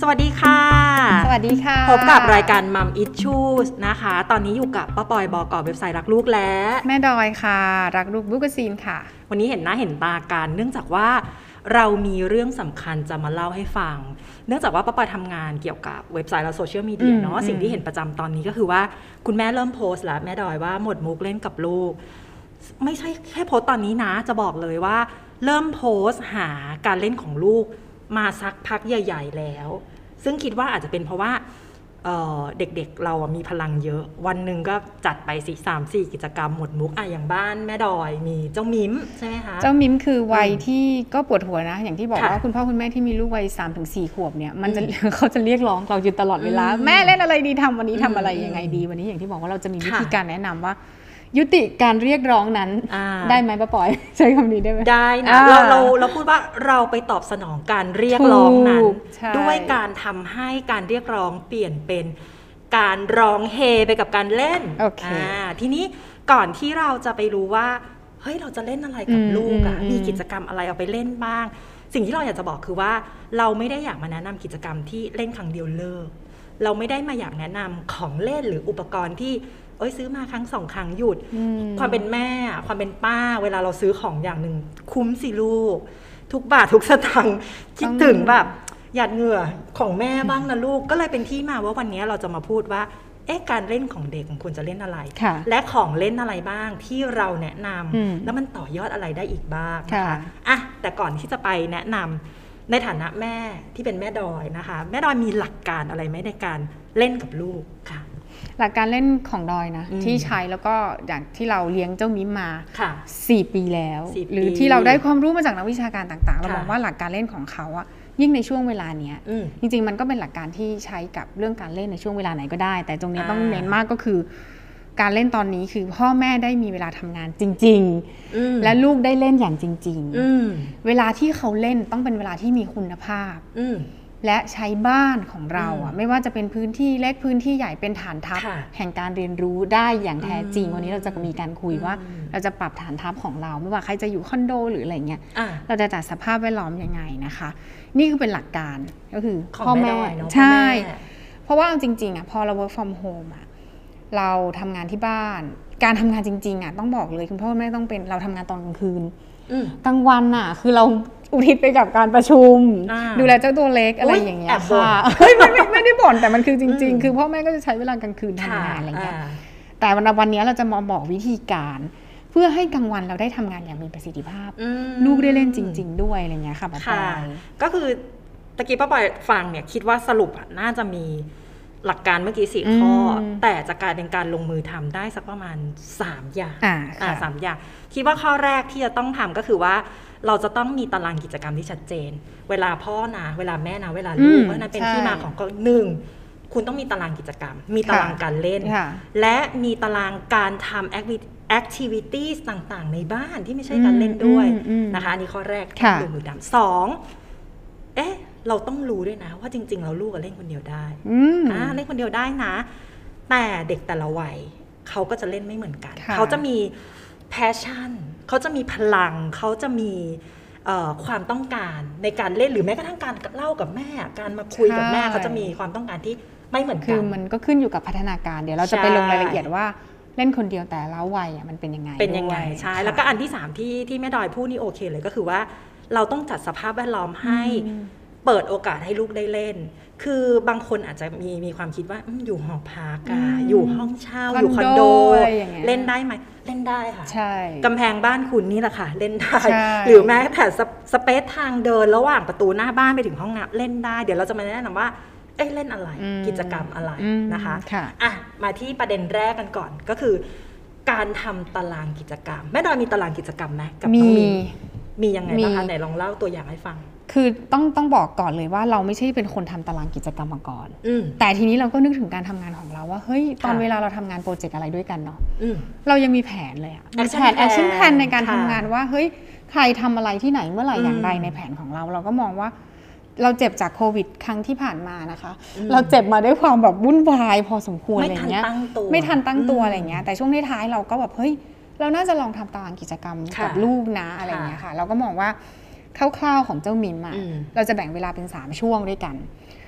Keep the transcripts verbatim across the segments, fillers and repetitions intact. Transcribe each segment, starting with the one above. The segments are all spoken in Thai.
สวัสดีค่ะสวัสดีค่ะพบกับรายการ Mom Issues นะคะตอนนี้อยู่กับป้าปอยบก.เว็บไซต์รักลูกและแม่ดอยค่ะรักลูกบุ๊กซีนค่ะวันนี้เห็นหน้าเห็นตากันเนื่องจากว่าเรามีเรื่องสำคัญจะมาเล่าให้ฟังเนื่องจากว่าป้าปอยทำงานเกี่ยวกับเว็บไซต์และโซเชียลมีเดียเนาะสิ่งที่เห็นประจำตอนนี้ก็คือว่าคุณแม่เริ่มโพสต์แล้วแม่ดอยว่าหมดมุกเล่นกับลูกไม่ใช่แค่โพสต์ตอนนี้นะจะบอกเลยว่าเริ่มโพสต์หาการเล่นของลูกมาสักพักใหญ่ๆแล้วซึ่งคิดว่าอาจจะเป็นเพราะว่า เ, เด็กๆเรามีพลังเยอะวันหนึ่งก็จัดไปสี่สามสี่กิจกรรมหมดมุกอ่ะอย่างบ้านแม่ดอยมีเจ้ามิมใช่ไหมคะเจ้ามิมคือวัยที่ก็ปวดหัวนะอย่างที่บอกว่าคุณพ่อคุณแม่ที่มีลูกวัย สามถึงสี่ ขวบเนี่ยมันจะเขาจะเรียกร้องเราอยู่ตลอดเวลาแม่เล่นอะไรดีทำวันนี้ทำอะไรยังไงดีวันนี้อย่างที่บอกว่าเราจะมีวิธีการแนะนำว่ายุติการเรียกร้องนั้นได้ไหมป้าปอยใช้คำนี้ได้ไหมได้นะเราเราเราพูดว่าเราไปตอบสนองการเรียกร้องนั้นด้วยการทำให้การเรียกร้องเปลี่ยนเป็นการร้องเฮไปกับการเล่น okay. ทีนี้ก่อนที่เราจะไปรู้ว่าเฮ้ยเราจะเล่นอะไรกับลูกอ่ะมีกิจกรรมอะไรเอาไปเล่นบ้างสิ่งที่เราอยากจะบอกคือว่าเราไม่ได้อยากมาแนะนำกิจกรรมที่เล่นครั้งเดียวเลิกเราไม่ได้มาอยากแนะนำของเล่นหรืออุปกรณ์ที่เอ้ยซื้อมาครั้งสองครั้งหยุดความเป็นแม่ความเป็นป้าเวลาเราซื้อของอย่างหนึ่งคุ้มสิลูกทุกบาททุกสตางค์คิดถึงแบบหยาดเหงื่อของแม่บ้างนะลูกก็เลยเป็นที่มาว่าวันนี้เราจะมาพูดว่าเอ๊ะการเล่นของเด็กของคุณจะเล่นอะไรและของเล่นอะไรบ้างที่เราแนะนำแล้วมันต่อยอดอะไรได้อีกบ้างนะคะอ่ะแต่ก่อนที่จะไปแนะนำในฐานะแม่ที่เป็นแม่ดอยนะคะแม่ดอยมีหลักการอะไรไหมในการเล่นกับลูกค่ะหลักการเล่นของดอยนะที่ใช้แล้วก็อย่างที่เราเลี้ยงเจ้ามิมมาสี่ปีแล้วหรือที่เราได้ความรู้มาจากนักวิชาการต่างๆเรามองว่าหลักการเล่นของเขาอะยิ่งในช่วงเวลาเนี้ยจริงๆมันก็เป็นหลักการที่ใช้กับเรื่องการเล่นในช่วงเวลาไหนก็ได้แต่ตรงนี้ต้องเน้นมากก็คือการเล่นตอนนี้คือพ่อแม่ได้มีเวลาทำงานจริงๆและลูกได้เล่นอย่างจริงๆเวลาที่เขาเล่นต้องเป็นเวลาที่มีคุณภาพและใช้บ้านของเราอ่ะไม่ว่าจะเป็นพื้นที่เล็กพื้นที่ใหญ่เป็นฐานทัพแห่งการเรียนรู้ได้อย่างแท้จริงวันนี้เราจะมีการคุยว่าเราจะปรับฐานทัพของเราไม่ว่าใครจะอยู่คอนโดหรืออะไรเงี้ยเราจะจัดสภาพแวดล้อมยังไงนะคะนี่คือเป็นหลักการก็คือพ่อแม่ใช่เพราะว่าจริงๆอ่ะพอเรา work from home อ่ะเราทำงานที่บ้านการทำงานจริงๆอ่ะต้องบอกเลยคุณพ่อแม่ต้องเป็นเราทำงานตอนกลางคืนกลางวันอ่ะคือเราอุทิศไปกับการประชุมดูแลเจ้าตัวเล็กอะไรอย่างเงี้ยค่ะไม่ไม่ไม่ได้บ่นแต่มันคือจริงๆคือพ่อแม่ก็จะใช้เวลากลางคืนทำงานอะไรเงี้ยแต่วันวันนี้เราจะมาบอกวิธีการเพื่อให้กลางวันเราได้ทำงานอย่างมีประสิทธิภาพลูกได้เล่นจริงๆด้วยอะไรเงี้ยค่ะป้าปอยก็คือตะกี้ป้าปอยฟังเนี่ยคิดว่าสรุปน่าจะมีหลักการเมื่อกี้สี่ข้อแต่จะกลายเป็นการลงมือทำได้สักประมาณสามอย่างอ่าสามอย่างคิดว่าข้อแรกที่จะต้องทำก็คือว่าเราจะต้องมีตารางกิจกรรมที่ชัดเจนเวลาพ่อนะเวลาแม่นะเวลาลูกเพราะนั้นเป็นที่มาของข้อหนึ่งคุณต้องมีตารางกิจกรรมมีตารางการเล่นและมีตารางการทำ activities ต่างๆในบ้านที่ไม่ใช่การเล่นด้วยนะคะอันนี้ข้อแรกที่ลงมือทำสองเอ๊ะเราต้องรู้ด้วยนะว่าจริงๆเราลูกเล่นคนเดียวได้อ่าเล่นคนเดียวได้นะแต่เด็กแต่ละวัยเขาก็จะเล่นไม่เหมือนกันเขาจะมีแพชชั่นเขาจะมีพลังเขาจะมีความต้องการในการเล่นหรือแม้กระทั่งการเล่ากับแม่การมาคุยกับแม่เขาจะมีความต้องการที่ไม่เหมือนกันคือมันก็ขึ้นอยู่กับพัฒนาการเดี๋ยวเราจะไปลงรายละเอียดว่าเล่นคนเดียวแต่ละวัยมันเป็นยังไงเป็นยังไงใช่แล้วก็อันที่สามที่ที่แม่ดอยพูดนี่โอเคเลยก็คือว่าเราต้องจัดสภาพแวดล้อมให้เปิดโอกาสให้ลูกได้เล่นคือบางคนอาจจะมีมีความคิดว่าอยู่หอพักอะอยู่ห้องเช่าอยู่คอนโดเล่นได้ไหมเล่นได้ค่ะใช่กำแพงบ้านคุณนี่แหละค่ะเล่นได้หรือแม้แต่สเปซทางเดินระหว่างประตูหน้าบ้านไปถึงห้องน้ำเล่นได้เดี๋ยวเราจะมาแนะนำว่าเอ๊ะเล่นอะไรกิจกรรมอะไรนะคะอ่ะมาที่ประเด็นแรกกันก่อนก็คือการทำตารางกิจกรรมแม่ดอยมีตารางกิจกรรมไหมกับน้องมีมียังไงบ้างคะไหนลองเล่าตัวอย่างให้ฟังคือต้องต้องบอกก่อนเลยว่าเราไม่ใช่เป็นคนทำตารางกิจกรรมมาก่อนแต่ทีนี้เราก็นึกถึงการทำงานของเราว่าเฮ้ยตอนเวลาเราทำงานโปรเจกต์อะไรด้วยกันเนาะเรายังมีแผนเลยอะแผนแอคชั่นแพลนในการทำงานว่าเฮ้ยใครทำอะไรที่ไหนเมื่อไหร่อย่างไรในแผนของเราเราก็มองว่าเราเจ็บจากโควิดครั้งที่ผ่านมานะคะเราเจ็บมาด้วยความแบบวุ่นวายพอสมควรอะไรเงี้ยไม่ทันตั้งตัวอะไรเงี้ยแต่ช่วงท้ายเราก็แบบเฮ้ยเราน่าจะลองทำตารางกิจกรรมกับลูกนะอะไรเงี้ยค่ะเราก็มองว่าคร่าวๆของเจ้ามิมอ่ะเราจะแบ่งเวลาเป็นสามช่วงด้วยกัน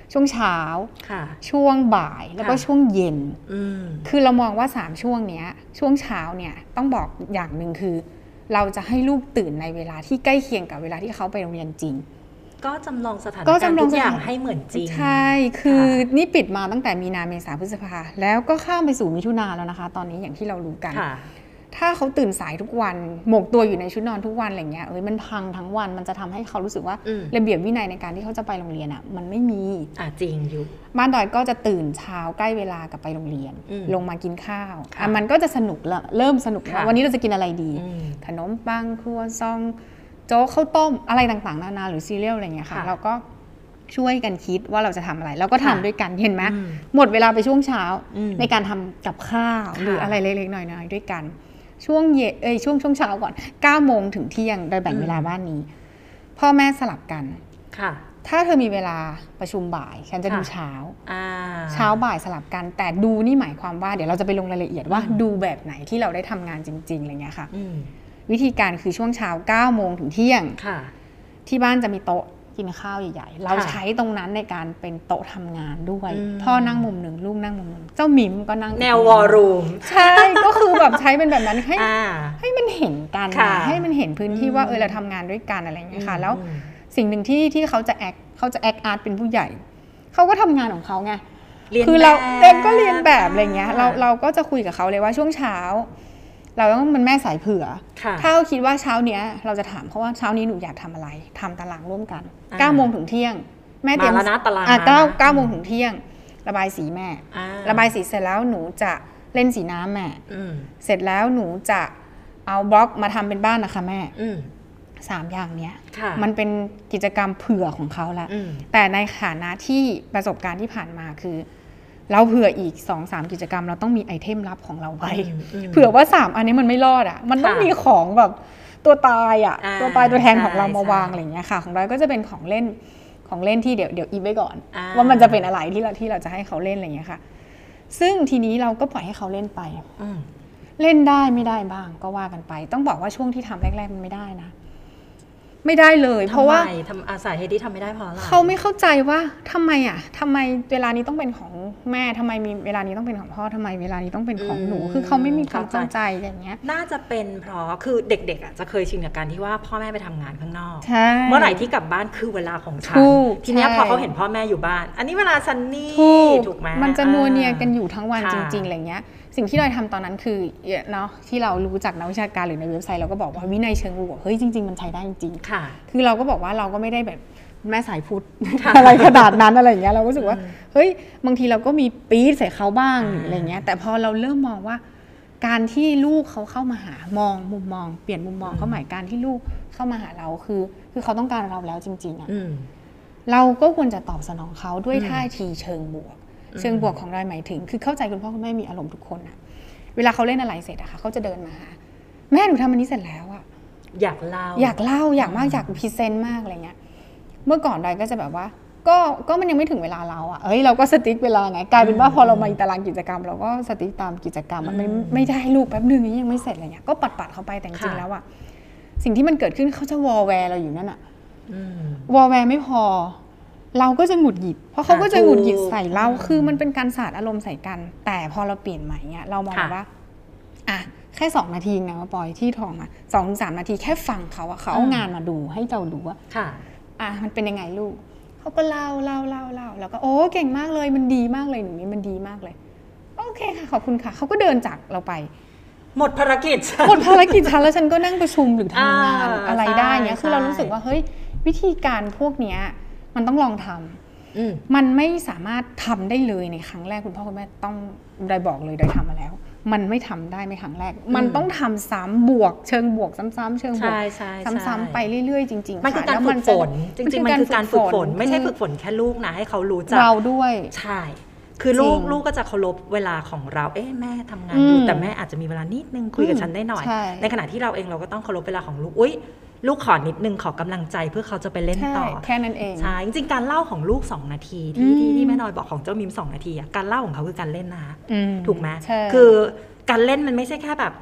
ช่วงเช้าช่วงบ่ายแล้วก็ช่วงเย็นคือเรามองว่าสามช่วงเนี้ยช่วงเช้าเนี่ยต้องบอกอย่างหนึ่งคือเราจะให้ลูกตื่นในเวลาที่ใกล้เคียงกับเวลาที่เขาไปโรงเรียนจริงก็จำลองสถานการณ์ทุกอย่างให้เหมือนจริงใช่คือนี่ปิดมาตั้งแต่มีนาเมษาพฤษภาแล้วก็ข้ามไปสู่มิถุนาแล้วนะคะตอนนี้อย่างที่เรารู้กันถ้าเขาตื่นสายทุกวันหมกตัวอยู่ในชุดนอนทุกวันอะไรเงี้ยเอ้ยมันพังทั้งวันมันจะทำให้เขารู้สึกว่าระเบียบวินัยในการที่เขาจะไปโรงเรียนอ่ะมันไม่มีอ่ะจริงอยู่บ้านดอยก็จะตื่นเช้าใกล้เวลากับไปโรงเรียนลงมากินข้าวอ่ะมันก็จะสนุกละเริ่มสนุกแล้ววันนี้เราจะกินอะไรดีขนมปังครัวซองโจ๊กข้าวต้มอะไรต่างๆนานาหรือซีเรียลอะไรเงี้ยค่ะเราก็ช่วยกันคิดว่าเราจะทำอะไรแล้วก็ทำด้วยกันเห็นไหมหมดเวลาไปช่วงเช้าในการทำกับข้าวหรืออะไรเล็กๆหน่อยๆด้วยกันช่วงเย็นเอ้ยช่วงช่วงเช้าก่อนเก้าโมงถึงเที่ยงโดยแบ่งเวลาบ้านนี้พ่อแม่สลับกันค่ะถ้าเธอมีเวลาประชุมบ่ายฉันจะดูเช้าเช้าบ่ายสลับกันแต่ดูนี่หมายความว่าเดี๋ยวเราจะไปลงรายละเอียดว่าดูแบบไหนที่เราได้ทำงานจริงๆอะไรเงี้ยค่ะวิธีการคือช่วงเช้าเก้าโมงถึงเที่ยงที่บ้านจะมีโต๊ะกินข้าวใหญ่ๆเราใช้ตรงนั้นในการเป็นโต๊ะทำงานด้วยพ่อนั่งมุมหนึ่งลูกนั่งมุมหนึ่งเจ้าหมิมก็นั่งแนววอร์รูมใช่ก็คือแบบใช้เป็นแบบนั้นให้ให้มันเห็นกันให้มันเห็นพื้นที่ว่าเออเราทำงานด้วยกันอะไรอย่างเงี้ยค่ะแล้วสิ่งหนึ่งที่ที่เขาจะแอคเขาจะแอคอาร์ตเป็นผู้ใหญ่เขาก็ทำงานของเขาไงคือเราเองก็เรียนแบบอะไรเงี้ยเราเราก็จะคุยกับเขาเลยว่าช่วงเช้าเราต้องเป็นแม่สายเผื่อถ้าเราคิดว่าเช้าเนี้ยเราจะถามเขาว่าเช้านี้หนูอยากทำอะไรทำตารางร่วมกันเก้าโมงถึงเที่ยงแม่เตรียมตารางอ่ะเก้าเก้าโมงถึงเที่ยงระบายสีแม่ระบายสีเสร็จแล้วหนูจะเล่นสีน้ำแม่เสร็จแล้วหนูจะเอาบล็อกมาทำเป็นบ้านนะคะแม่สามอย่างเนี้ยมันเป็นกิจกรรมเผื่อของเขาละแต่ในฐานะที่ประสบการณ์ที่ผ่านมาคือเราเผื่ออีก สองสาม กิจกรรมเราต้องมีไอเทมลับของเราไว้เผื่อว่าสามอันนี้มันไม่รอดอ่ะมันต้องมีของแบบตัวตายอ่ะตัวตายตัวแทนของเรามาวางอะไรอย่างเงี้ยค่ะของเราก็จะเป็นของเล่นของเล่นที่เดี๋ยวเดี๋ยวอีฟไว้ก่อนว่ามันจะเป็นอะไรที่เราที่เราจะให้เขาเล่นอะไรอย่างเงี้ยค่ะซึ่งทีนี้เราก็ปล่อยให้เขาเล่นไปเล่นได้ไม่ได้บ้างก็ว่ากันไปต้องบอกว่าช่วงที่ทำแรกๆมันไม่ได้นะไม่ได้เลยเพราะว่าทำอาศัยเหตุที่ทำไม่ได้เพราะอะไรเขาไม่เข้าใจว่าทำไมอ่ะทำไมเวลานี้ต้องเป็นของแม่ทำไมมีเวลานี้ต้องเป็นของพ่อทำไมเวลานี้ต้องเป็นของหนูคือเขาไม่มีความเข้าใจอย่างเงี้ยน่าจะเป็นเพราะคือเด็กๆอ่ะจะเคยชินกับการที่ว่าพ่อแม่ไปทำงานข้างนอกเมื่อไหร่ที่กลับบ้านคือเวลาของฉันทีนี้พอเขาเห็นพ่อแม่อยู่บ้านอันนี้เวลาซันนี่ถูกไหมมันจะนัวเนียกันอยู่ทั้งวันจริงๆอะไรเงี้ยสิ่งที่เราทำตอนนั้นคือเนาะที่เรารู้จากนักวิชาการหรือในเว็บไซต์เราก็บอกว่าวินัยเชิงรุกเฮ้ยจริงๆมันใช้ได้จริงๆค่ะคือเราก็บอกว่าเราก็ไม่ได้แบบแม่สายพุทธอะไรขนาดนั้นอะไรอย่างเงี้ยเราก็รู้สึกว่าเฮ้ยบางทีเราก็มีปี๊ดใส่เขาบ้างอะไรเงี้ยแต่พอเราเริ่มมองว่าการที่ลูกเขาเข้ามาหามองมุมมองเปลี่ยนมุมมองเขาหมายการที่ลูกเข้ามาหาเราคือคือเขาต้องการเราแล้วจริงๆอ่ะเราก็ควรจะตอบสนองเขาด้วยท่าทีเชิงบวกเชิงบวกของเราหมายถึงคือเข้าใจคุณพ่อคุณแม่มีอารมณ์ทุกคนอะเวลาเขาเล่นอะไรเสร็จอะค่ะเขาจะเดินมาหาแม่หนูทำอันนี้เสร็จแล้วอะอยากเล่าอยากเล่าอยากมากอยากพรีเซนต์มากอะไรเงี้ยเมื่อก่อนดอยก็จะแบบว่าก็ก็มันยังไม่ถึงเวลาเราอะเอ้ยเราก็สติ๊กเวลาไงกลายเป็นว่าพอเรามาตารางกิจกรรมเราก็สติ๊กตามกิจกรรมมันไม่ไม่ได้ลูกแป๊บนึงนี้ยังไม่เสร็จอะไรเงี้ยก็ปัดปัดเขาไปแต่จริงแล้วอะสิ่งที่มันเกิดขึ้นเขาจะวอลแวร์เราอยู่นั่นอะวอลแวร์ไม่พอเราก็จะหงุดหงิดเพราะเขาก็จะหงุดหงิดใส่เราคือมันเป็นการสาดอารมณ์ใส่กันแต่พอเราเปลี่ยนใหม่เนี่ยเรามองว่าอ่ะแค่สองนาทีนะว่าปอยที่ทองอ่ะสองถึงสามนาทีแค่ฟังเขาอะเขาเอางานมาดูให้เราดูว่าอ่ะมันเป็นยังไงลูกเขาก็เล่าเล่าเล่าเล่าแล้วก็โอ้เก่งมากเลยมันดีมากเลยหนูนี่มันดีมากเลยโอเคค่ะขอบคุณค่ะเขาก็เดินจากเราไปหมดภารกิจหมดภารกิจฉันแล้วฉันก็นั่งประชุมหรือทำงานอะไรได้เนี้ยคือเรารู้สึกว่าเฮ้ยวิธีการพวกเนี้ยมันต้องลองทำมันไม่สามารถทำได้เลยในครั้งแรกคุณพ่อคุณแม่ต้องได้บอกเลยได้ทำมาแล้วมันไม่ทำได้ในครั้งแรกมันต้องทำซ้ำบวกเชิงบวกซ้ำๆเชิงบวกซ้ำๆไปเรื่อยๆจริงๆมันคือการฝึกฝนจริงๆมันคือการฝึกฝนไม่ใช่ฝึกฝนแค่ลูกนะให้เขารู้จักเราด้วยใช่คือลูกลูกก็จะเคารพเวลาของเราเอ๊ะแม่ทำงานอยู่แต่แม่อาจจะมีเวลานิดนึงคุยกับฉันได้หน่อยในขณะที่เราเองเราก็ต้องเคารพเวลาของลูกอุ๊ยลูกขอนิดนึงขอกำลังใจเพื่อเขาจะไปเล่นต่อแค่นั้นเองใช่จริงๆการเล่าของลูกสองนาทีที่ที่ที่แม่น้อยบอกของเจ้ามิมสองนาทีอ่ะการเล่าของเขาคือการเล่นนะถูกไหมคือการเล่นมันไม่ใช่แค่แบบก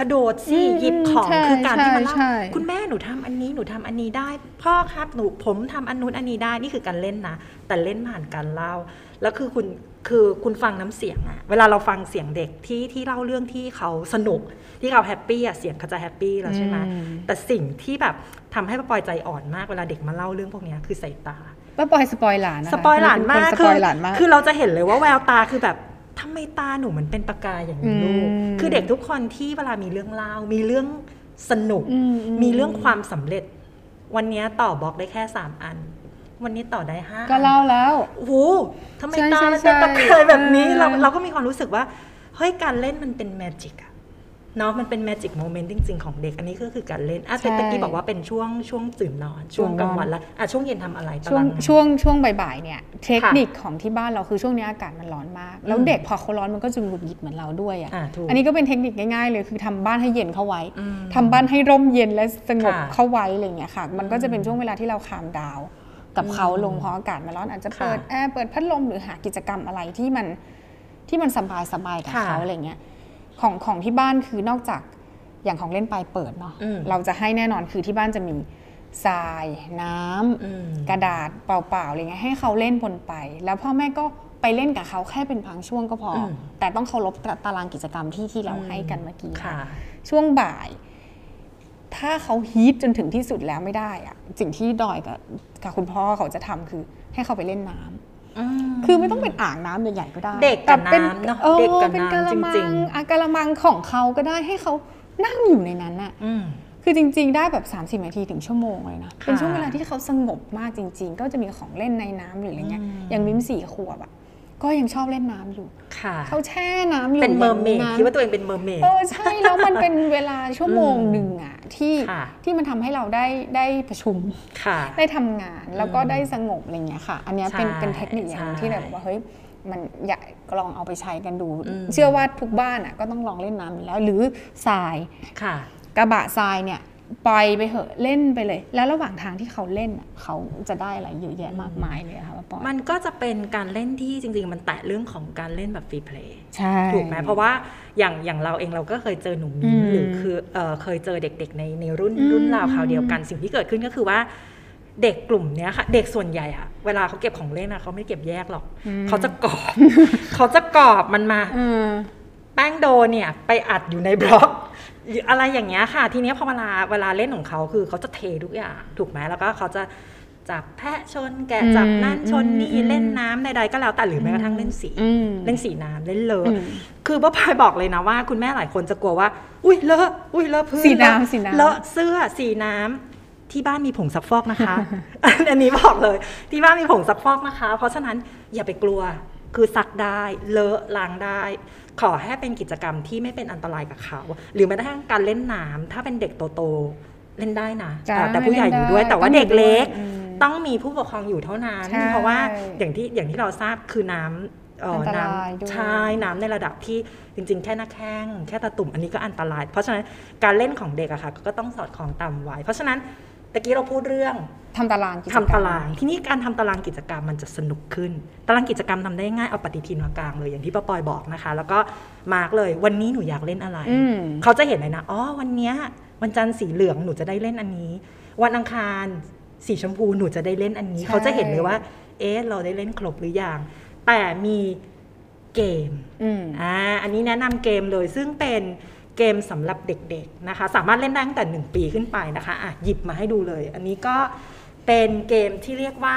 ระโดดสิหยิบของคือการที่มันเล่าคุณแม่หนูทำอันนี้หนูทำอันนี้ได้พ่อครับหนูผมทำอันนู้นอันนี้ได้นี่คือการเล่นนะแต่เล่นผ่านการเล่าแล้วคือคุณคือคุณฟังน้ำเสียงอะเวลาเราฟังเสียงเด็กที่ที่เล่าเรื่องที่เขาสนุกที่เขาแฮปปี้อะเสียงเขาจะแฮปปี้แล้วใช่ไหมแต่สิ่งที่แบบทำให้ป้าปอยใจอ่อนมากเวลาเด็กมาเล่าเรื่องพวกนี้คือสายตาป้าปอยสปอยหลานนะคะสปอยหลานมากคือคือเราจะเห็นเลยว่าแววตาคือแบบทำไมตาหนูมันเป็นประกายอย่างนี้ลูกคือเด็กทุกคนที่เวลามีเรื่องเล่ามีเรื่องสนุกมีเรื่องความสำเร็จวันนี้ต่อบล็อกได้แค่สามอันวันนี้ต่อได้ห้าก็เล่าแล้วโอ้โหทำไมตามันเป็นประกายแบบนี้เราเราก็มีความรู้สึกว่าเฮ้ยการเล่นมันเป็นแมจิกอะเนาะมันเป็นแมจิกโมเมนต์จริงๆของเด็กอันนี้ก็คือการเล่นอ่ะเมื่อกี้บอกว่าเป็นช่วงช่วงตื่นนอนช่วงกลางวันแล้วอ่ะช่วงเย็นทำอะไรช่วงช่วงช่วงบ่ายๆเนี่ยเทคนิคของที่บ้านเราคือช่วงนี้อากาศมันร้อนมากแล้วเด็กพอเขาร้อนมันก็จะหงุดหงิดเหมือนเราด้วยอ่ะอันนี้ก็เป็นเทคนิคง่ายๆเลยคือทำบ้านให้เย็นเข้าไว้ทำบ้านให้ร่มเย็นและสงบเข้าไว้อะไรอย่างเงี้ยค่ะมันก็จะเป็นช่วงเวลาที่เราคามดาวกับเขาลงเพราะอากาศมันร้อนอาจจะเปิดแอร์เปิดพัดลมหรือหากิจกรรมอะไรที่มันที่มันสบายสบายกับเขาอะไรเงี้ยของของที่บ้านคือนอกจากอย่างของเล่นปลายเปิดเนาะเราจะให้แน่นอนคือที่บ้านจะมีทรายน้ำกระดาษเปล่าๆอะไรเงี้ยให้เขาเล่นบนไปแล้วพ่อแม่ก็ไปเล่นกับเขาแค่เป็นบางช่วงก็พอแต่ต้องเคารพตารางกิจกรรมที่ที่เราให้กันเมื่อกี้ช่วงบ่ายถ้าเขาฮีทจนถึงที่สุดแล้วไม่ได้อะสิ่งที่ดอยกับกับคุณพ่อเขาจะทำคือให้เขาไปเล่นน้ำคือไม่ต้องเป็นอ่างน้ำใหญ่ๆก็ได้เด็กกับน้ำเนาะเด็กกับน้ำจริงๆอากาละมังของเขาก็ได้ให้เขานั่งอยู่ในนั้นอะคือจริงๆได้แบบสามสิบนาทีถึงชั่วโมงเลยนะเป็นช่วงเวลาที่เขาสงบมากจริงๆก็จะมีของเล่นในน้ำหรืออะไรเงี้ยอย่างมิ้มสี่ขวบอะก็ยังชอบเล่นน้ำอยู่เขาแช่น้ำอยู่เป็นเมอร์เมดคิดว่าตัวเองเป็นเมอร์เมดเออใช่แล้วมันเป็นเวลาชั่วโมงหนึ่งอะที่ที่มันทำให้เราได้ได้ประชุมได้ทำงานแล้วก็ได้สงบอะไรเงี้ยค่ะอันนี้เป็นเป็นเทคนิคอย่างนึงที่แบบว่าเฮ้ยมันอยากลองเอาไปใช้กันดูเชื่อว่าทุกบ้านอ่ะก็ต้องลองเล่นน้ำอยู่แล้วหรือทรายกระบะทรายเนี่ยปล่อยไปเหอะเล่นไปเลยแล้วระหว่างทางที่เขาเล่นเขาจะได้อะไรเยอะแยะมากมายเลยค่ะป้าปอยมันก็จะเป็นการเล่นที่จริงๆมันแตะเรื่องของการเล่นแบบฟรีเพลย์ถูกไหมเพราะว่าอย่างอย่างเราเองเราก็เคยเจอหนุ่มมิ้นหรือคือเอ่อเคยเจอเด็กๆในในรุ่นรุ่นราวคราวเดียวกันสิ่งที่เกิดขึ้นก็คือว่าเด็กกลุ่มนี้ค่ะเด็กส่วนใหญ่ค่ะเวลาเขาเก็บของเล่นนะเขาไม่เก็บแยกหรอกเขาจะกรอบเขาจะกรอบมันมาแป้งโดเนี่ยไปอัดอยู่ในบล็อกอะไรอย่างเงี้ยค่ะทีนี้พอเวลาเวลาเล่นของเขาคือเขาจะเททุกอย่างถูกไหมแล้วก็เขาจะจับแพะชนแกะจับนั่นชนนี่เล่นน้ำใดๆก็แล้วแต่หรือแม้กระทั่งเล่นสีเล่นสีน้ำเล่นเลอะคือป้าพายบอกเลยนะว่าคุณแม่หลายคนจะกลัวว่าอุ้ยเลอะอุ้ยเลอะพื้นสีน้ำสีน้ำเลอะเสื้อสีน้ำที่บ้านมีผงซักฟอกนะคะ อันนี้บอกเลยที่บ้านมีผงซักฟอกนะคะเพราะฉะนั้นอย่าไปกลัวคือซักได้เลอะล้างได้ขอให้เป็นกิจกรรมที่ไม่เป็นอันตรายกับเขาหรือแม้กระทั่งการเล่นน้ำถ้าเป็นเด็กโตๆเล่นได้นะแต่ผู้ใหญ่อยู่ด้วยแต่ว่าเด็กเล็กต้องมีผู้ปกครองอยู่เท่านั้นเพราะว่าอย่างที่อย่างที่เราทราบคือน้ำน้ำใช่น้ำในระดับที่จริงๆแค่หน้าแข้งแค่ตาตุ่มอันนี้ก็อันตรายเพราะฉะนั้นการเล่นของเด็กอะค่ะก็ต้องสอดคล้องตามวัยเพราะฉะนั้นตะกี้เราพูดเรื่องทำตารางกิจกรรมทำตารางที่นี่การทำตารางกิจกรรมมันจะสนุกขึ้นตารางกิจกรรมทำได้ง่ายเอาปฏิทินมากลางเลยอย่างที่ป้าปอยบอกนะคะแล้วก็มาร์กเลยวันนี้หนูอยากเล่นอะไรเขาจะเห็นเลยนะอ๋อวันนี้วันจันทร์สีเหลืองหนูจะได้เล่นอันนี้วันอังคารสีชมพูหนูจะได้เล่นอันนี้เขาจะเห็นเลยว่าเอ๊ะเราได้เล่นครบหรือยังแต่มีเกมอ่าอันนี้แนะนำเกมเลยซึ่งเป็นเกมสำหรับเด็กๆนะคะสามารถเล่นได้ตั้งแต่หนึ่งปีขึ้นไปนะคะอ่ะหยิบมาให้ดูเลยอันนี้ก็เป็นเกมที่เรียกว่า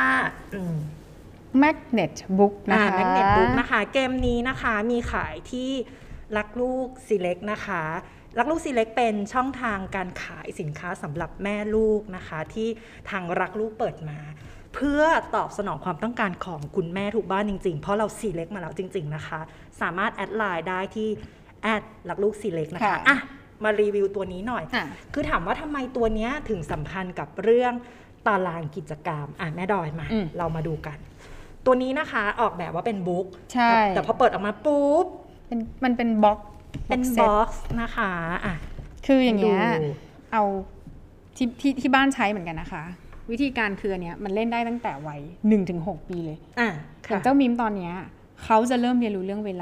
Magnet Book นะคะ Magnet Book นะคะเกมนี้นะคะมีขายที่รักลูก Select นะคะรักลูก Select เป็นช่องทางการขายสินค้าสำหรับแม่ลูกนะคะที่ทางรักลูกเปิดมาเพื่อตอบสนองความต้องการของคุณแม่ทุกบ้านจริงๆเพราะเรา Select มาแล้วจริงๆนะคะสามารถแอดไลน์ได้ที่แอดรักลูก Select นะคะอ่ะมารีวิวตัวนี้หน่อยคือถามว่าทำไมตัวนี้ถึงสำคัญกับเรื่องตารางกิจกรรมอ่ะแม่ดอยมาเรามาดูกันตัวนี้นะคะออกแบบว่าเป็นบุ๊กแต่พอเปิดออกมาปุ๊บมันเป็นบ็อกเป็นบ็อกซ์นะคะอ่ะคืออย่างเงี้ยเอาที่ที่ที่บ้านใช้เหมือนกันนะคะวิธีการคืออันเนี้ยมันเล่นได้ตั้งแต่วัย หนึ่งถึงหก ปีเลยอ่ะอย่างเจ้ามิมตอนเนี้ยเขาจะเริ่มเรียนรู้เรื่องเวลา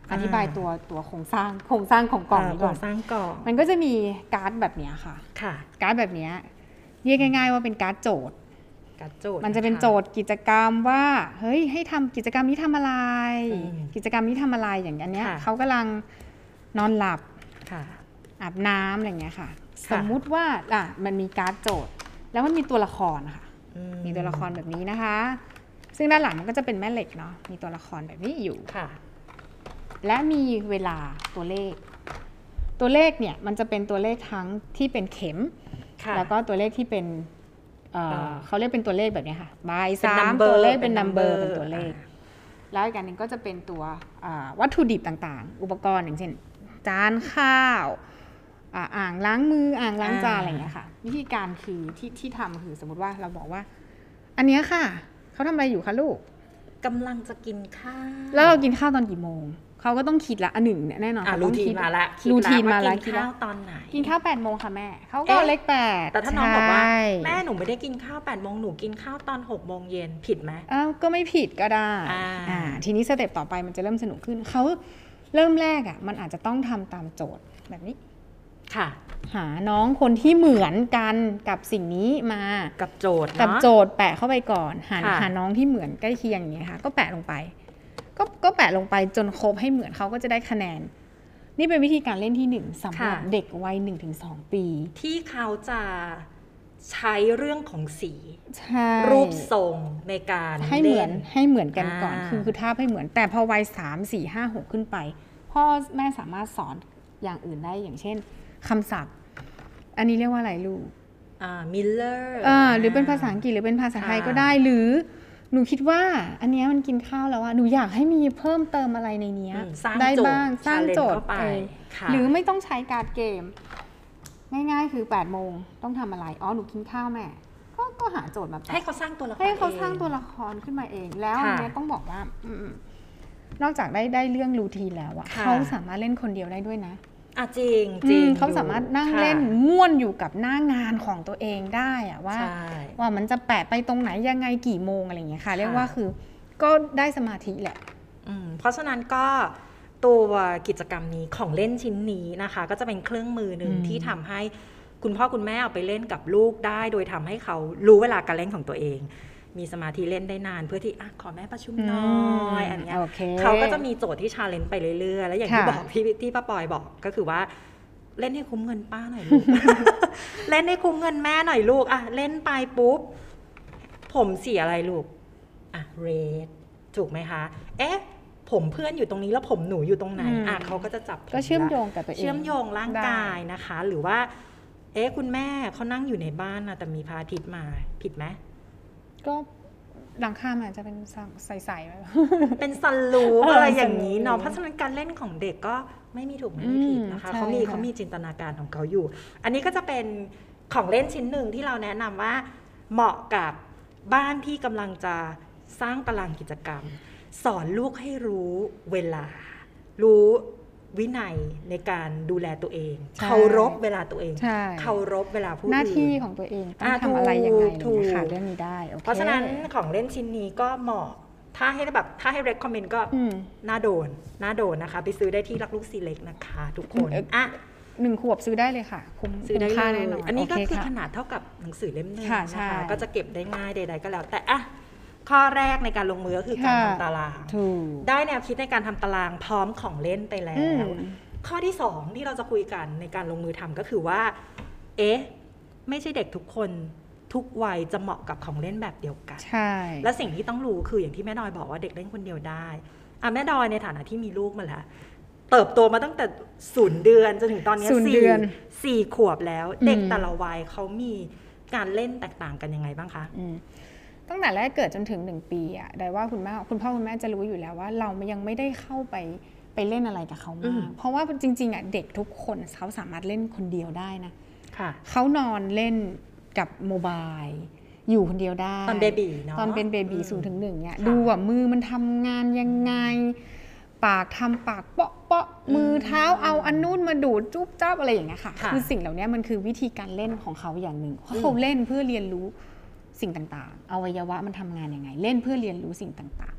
อธิบายตัวตัวโครงสร้างโครงสร้างของกล่องนี้ก่อนโครงสร้างกล่องมันก็จะมีการ์ดแบบนี้ค่ะค่ะการ์ดแบบนี้เรียกง่ายๆว่าเป็นการ์ดโจทย์การ์ดโจทย์มันจะเป็นโจทย์กิจกรรมว่าเฮ้ยให้ทำกิจกรรมนี้ทำอะไรกิจกรรมนี้ทำอะไรอย่างอันเนี้ยเขากำลังนอนหลับอาบน้ำอะไรเงี้ยค่ะสมมุติว่าอ่ะมันมีการ์ดโจทย์แล้วมันมีตัวละครค่ะมีตัวละครแบบนี้นะคะซึ่งด้านหลังมันก็จะเป็นแม่เหล็กเนาะมีตัวละครแบบนี้อยู่ค่ะและมีเวลาตัวเลขตัวเลขเนี่ยมันจะเป็นตัวเลขทั้งที่เป็นเข็มแล้วก็ตัวเลขที่เป็นเอ่อเขาเรียกเป็นตัวเลขแบบนี้ค่ะใบสามตัวเลขเป็นนัมเบอร์เป็นตัวเลขแล้วอีกอันหนึ่งก็จะเป็นตัววัตถุดิบต่างๆอุปกรณ์อย่างเช่นจานข้าวอ่างล้างมืออ่างล้างจานอะไรอย่างเงี้ยค่ะวิธีการคือที่ที่ทำคือสมมติว่าเราบอกว่าอันนี้ค่ะเขาทำอะไรอยู่คะลูกกำลังจะกินข้าวแล้วเรากินข้าวตอนกี่โมงเขาก็ต้องคิดละอันหนึ่งเนี่ยแน่นอนรูทีนมาละรูทีนมาละกินข้าวตอนไหนกินข้าวแปดโมงค่ะแม่เขาก็เลขแปดแต่ถ้าน้องบอกว่าแม่หนูไม่ได้กินข้าวแปดโมงหนูกินข้าวตอนหกโมงเย็นผิดไหมอ้าวก็ไม่ผิดก็ได้อ่าทีนี้สเต็ปต่อไปมันจะเริ่มสนุกขึ้นเขาเริ่มแรกอ่ะมันอาจจะต้องทำตามโจทย์แบบนี้ค่ะหาน้องคนที่เหมือนกันกับสิ่งนี้มากับโจทย์กับโจทย์แปะเข้าไปก่อนหาหาน้องที่เหมือนใกล้เคียงอย่างเงี้ยค่ะก็แปะลงไปก็ก็แปะลงไปจนครบให้เหมือนเขาก็จะได้คะแนนนี่เป็นวิธีการเล่นที่หนึ่งสำหรับเด็กวัย หนึ่งถึงสอง ปีที่เขาจะใช้เรื่องของสีรูปทรงในการให้เหมือนให้เหมือนกันก่อนคือคือท่าให้เหมือนแต่พอวัยสาม สี่ ห้า หกขึ้นไปพ่อแม่สามารถสอนอย่างอื่นได้อย่างเช่นคำศัพท์อันนี้เรียกว่าอะไรลูกอ่ามิลเลอร์อ่าหรือเป็นภาษาอังกฤษหรือเป็นภาษาไทยก็ได้หรือหนูคิดว่าอันนี้มันกินข้าวแล้วอะหนูอยากให้มีเพิ่มเติมอะไรในนี้ได้บ้างสร้างโจทย์ไปหรือไม่ต้องใช้การ์ดเกมง่ายๆคือแปดโมงต้องทำอะไรอ๋อหนูกินข้าวแม่ก็ก็หาโจทย์มาให้เขาสร้างตัวละครให้เขาสร้างตัวละครขึ้นมาเองแล้วอันนี้ต้องบอกว่านอกจากได้ได้เรื่องรูทีนแล้วอะเขาสามารถเล่นคนเดียวได้ด้วยนะอ่ะจริงจริงเขาสามารถนั่งเล่นง่วนอยู่กับหน้างานของตัวเองได้อะว่าว่ามันจะแปะไปตรงไหนยังไงกี่โมงอะไรอย่างเงี้ยค่ะเรียกว่าคือก็ได้สมาธิแหละเพราะฉะนั้นก็ตัวกิจกรรมนี้ของเล่นชิ้นนี้นะคะก็จะเป็นเครื่องมือหนึ่งที่ทำให้คุณพ่อคุณแม่เอาไปเล่นกับลูกได้โดยทำให้เขารู้เวลาการเล่นของตัวเองมีสมาธิเล่นได้นานเพื่อที่อ่ะขอแม่ประชุมน้อยอันเนี้ย okay. เขาก็จะมีโจทย์ที่ชาเลนจ์ไปเรื่อยๆแล้วอย่างที่บอกที่ที่ป้าปอยบอกก็คือว่าเล่นให้คุ้มเงินป้าหน่อยลูก เล่นให้คุ้มเงินแม่หน่อยลูกอ่ะเล่นไปปุ๊บผมสีอะไรลูกอ่ะ red ถูกไหมคะเอ๊ะผมเพื่อนอยู่ตรงนี้แล้วผมหนูอยู่ตรงไหนอ่ะเขาก็จะจับก็เชื่อมโยงกับตัวเองเชื่อมโยงร่างกายนะคะหรือว่าเอ๊ะคุณแม่เขานั่งอยู่ในบ้านนะแต่มีพระอาทิตย์มาผิดไหมก็หลังคามันจะเป็นใสๆไปเป็นซันรูฟอะไรอย่างนี้เนาะเพราะฉะนั้นการเล่นของเด็กก็ไม่มีถูกไม่มีผิดนะคะเขามีเขามีจินตนาการของเขาอยู่อันนี้ก็จะเป็นของเล่นชิ้นหนึ่งที่เราแนะนำว่าเหมาะกับบ้านที่กำลังจะสร้างตารางกิจกรรมสอนลูกให้รู้เวลารู้วินัยในการดูแลตัวเองเคารพเวลาตัวเองเคารพเวลาผู้อื่นหน้าที่ของตัวเองต้องทำอะไรยังไงนะคะเรื่องนี้ได้เพราะฉะนั้นของเล่นชิ้นนี้ก็เหมาะถ้าให้แบบถ้าให้ recommend ก็น่าโดนน่าโดนนะคะไปซื้อได้ที่รักลูกซีเล็กนะคะทุกคนอ่ะหนึ่งขวบซื้อได้เลยค่ะคุ้มซื้อได้แน่นอนอันนี้ก็คือขนาดเท่ากับหนังสือเล่มนึงนะคะก็จะเก็บได้ง่ายใดๆก็แล้วแต่อ่ะข้อแรกในการลงมือก็คือการทำตารางได้แนวคิดในการทำตารางพร้อมของเล่นไปแล้วข้อที่สองที่เราจะคุยกันในการลงมือทำก็คือว่าเอ๊ะไม่ใช่เด็กทุกคนทุกวัยจะเหมาะกับของเล่นแบบเดียวกันใช่และสิ่งที่ต้องรู้คืออย่างที่แม่ดอยบอกว่าเด็กเล่นคนเดียวได้อ่ะแม่ดอยในฐานะที่มีลูกมาแล้วเติบโตมาตั้งแต่ศูนย์เดือนจนถึงตอนนี้สี่สี่ขวบแล้วเด็กแต่ละวัยเขามีการเล่นแตกต่างกันยังไงบ้างคะตั้งแต่แรกเกิดจนถึงหนึ่งปีอ่ะได้ว่าคุณแม่คุณพ่อคุณแม่จะรู้อยู่แล้วว่าเรายังไม่ได้เข้าไปไปเล่นอะไรกับเขามากเพราะว่าจริงๆอ่ะเด็กทุกคนเขาสามารถเล่นคนเดียวได้นะเขานอนเล่นกับโมบายอยู่คนเดียวได้ตอนเบบีเนาะตอนเป็นเบบีศูนย์ถึงหนึ่งเนี่ยดูว่ามือมันทำงานยังไงปากทำปากเปาะเปาะมือเท้าเอาอันนู้นมาดูดจุ๊บจ้าอะไรอย่างเงี้ยค่ะคือสิ่งเหล่านี้มันคือวิธีการเล่นของเขาอย่างหนึ่งเขาเล่นเพื่อเรียนรู้สิ่งต่างๆอวัยวะมันทำงานยังไงเล่นเพื่อเรียนรู้สิ่งต่างๆ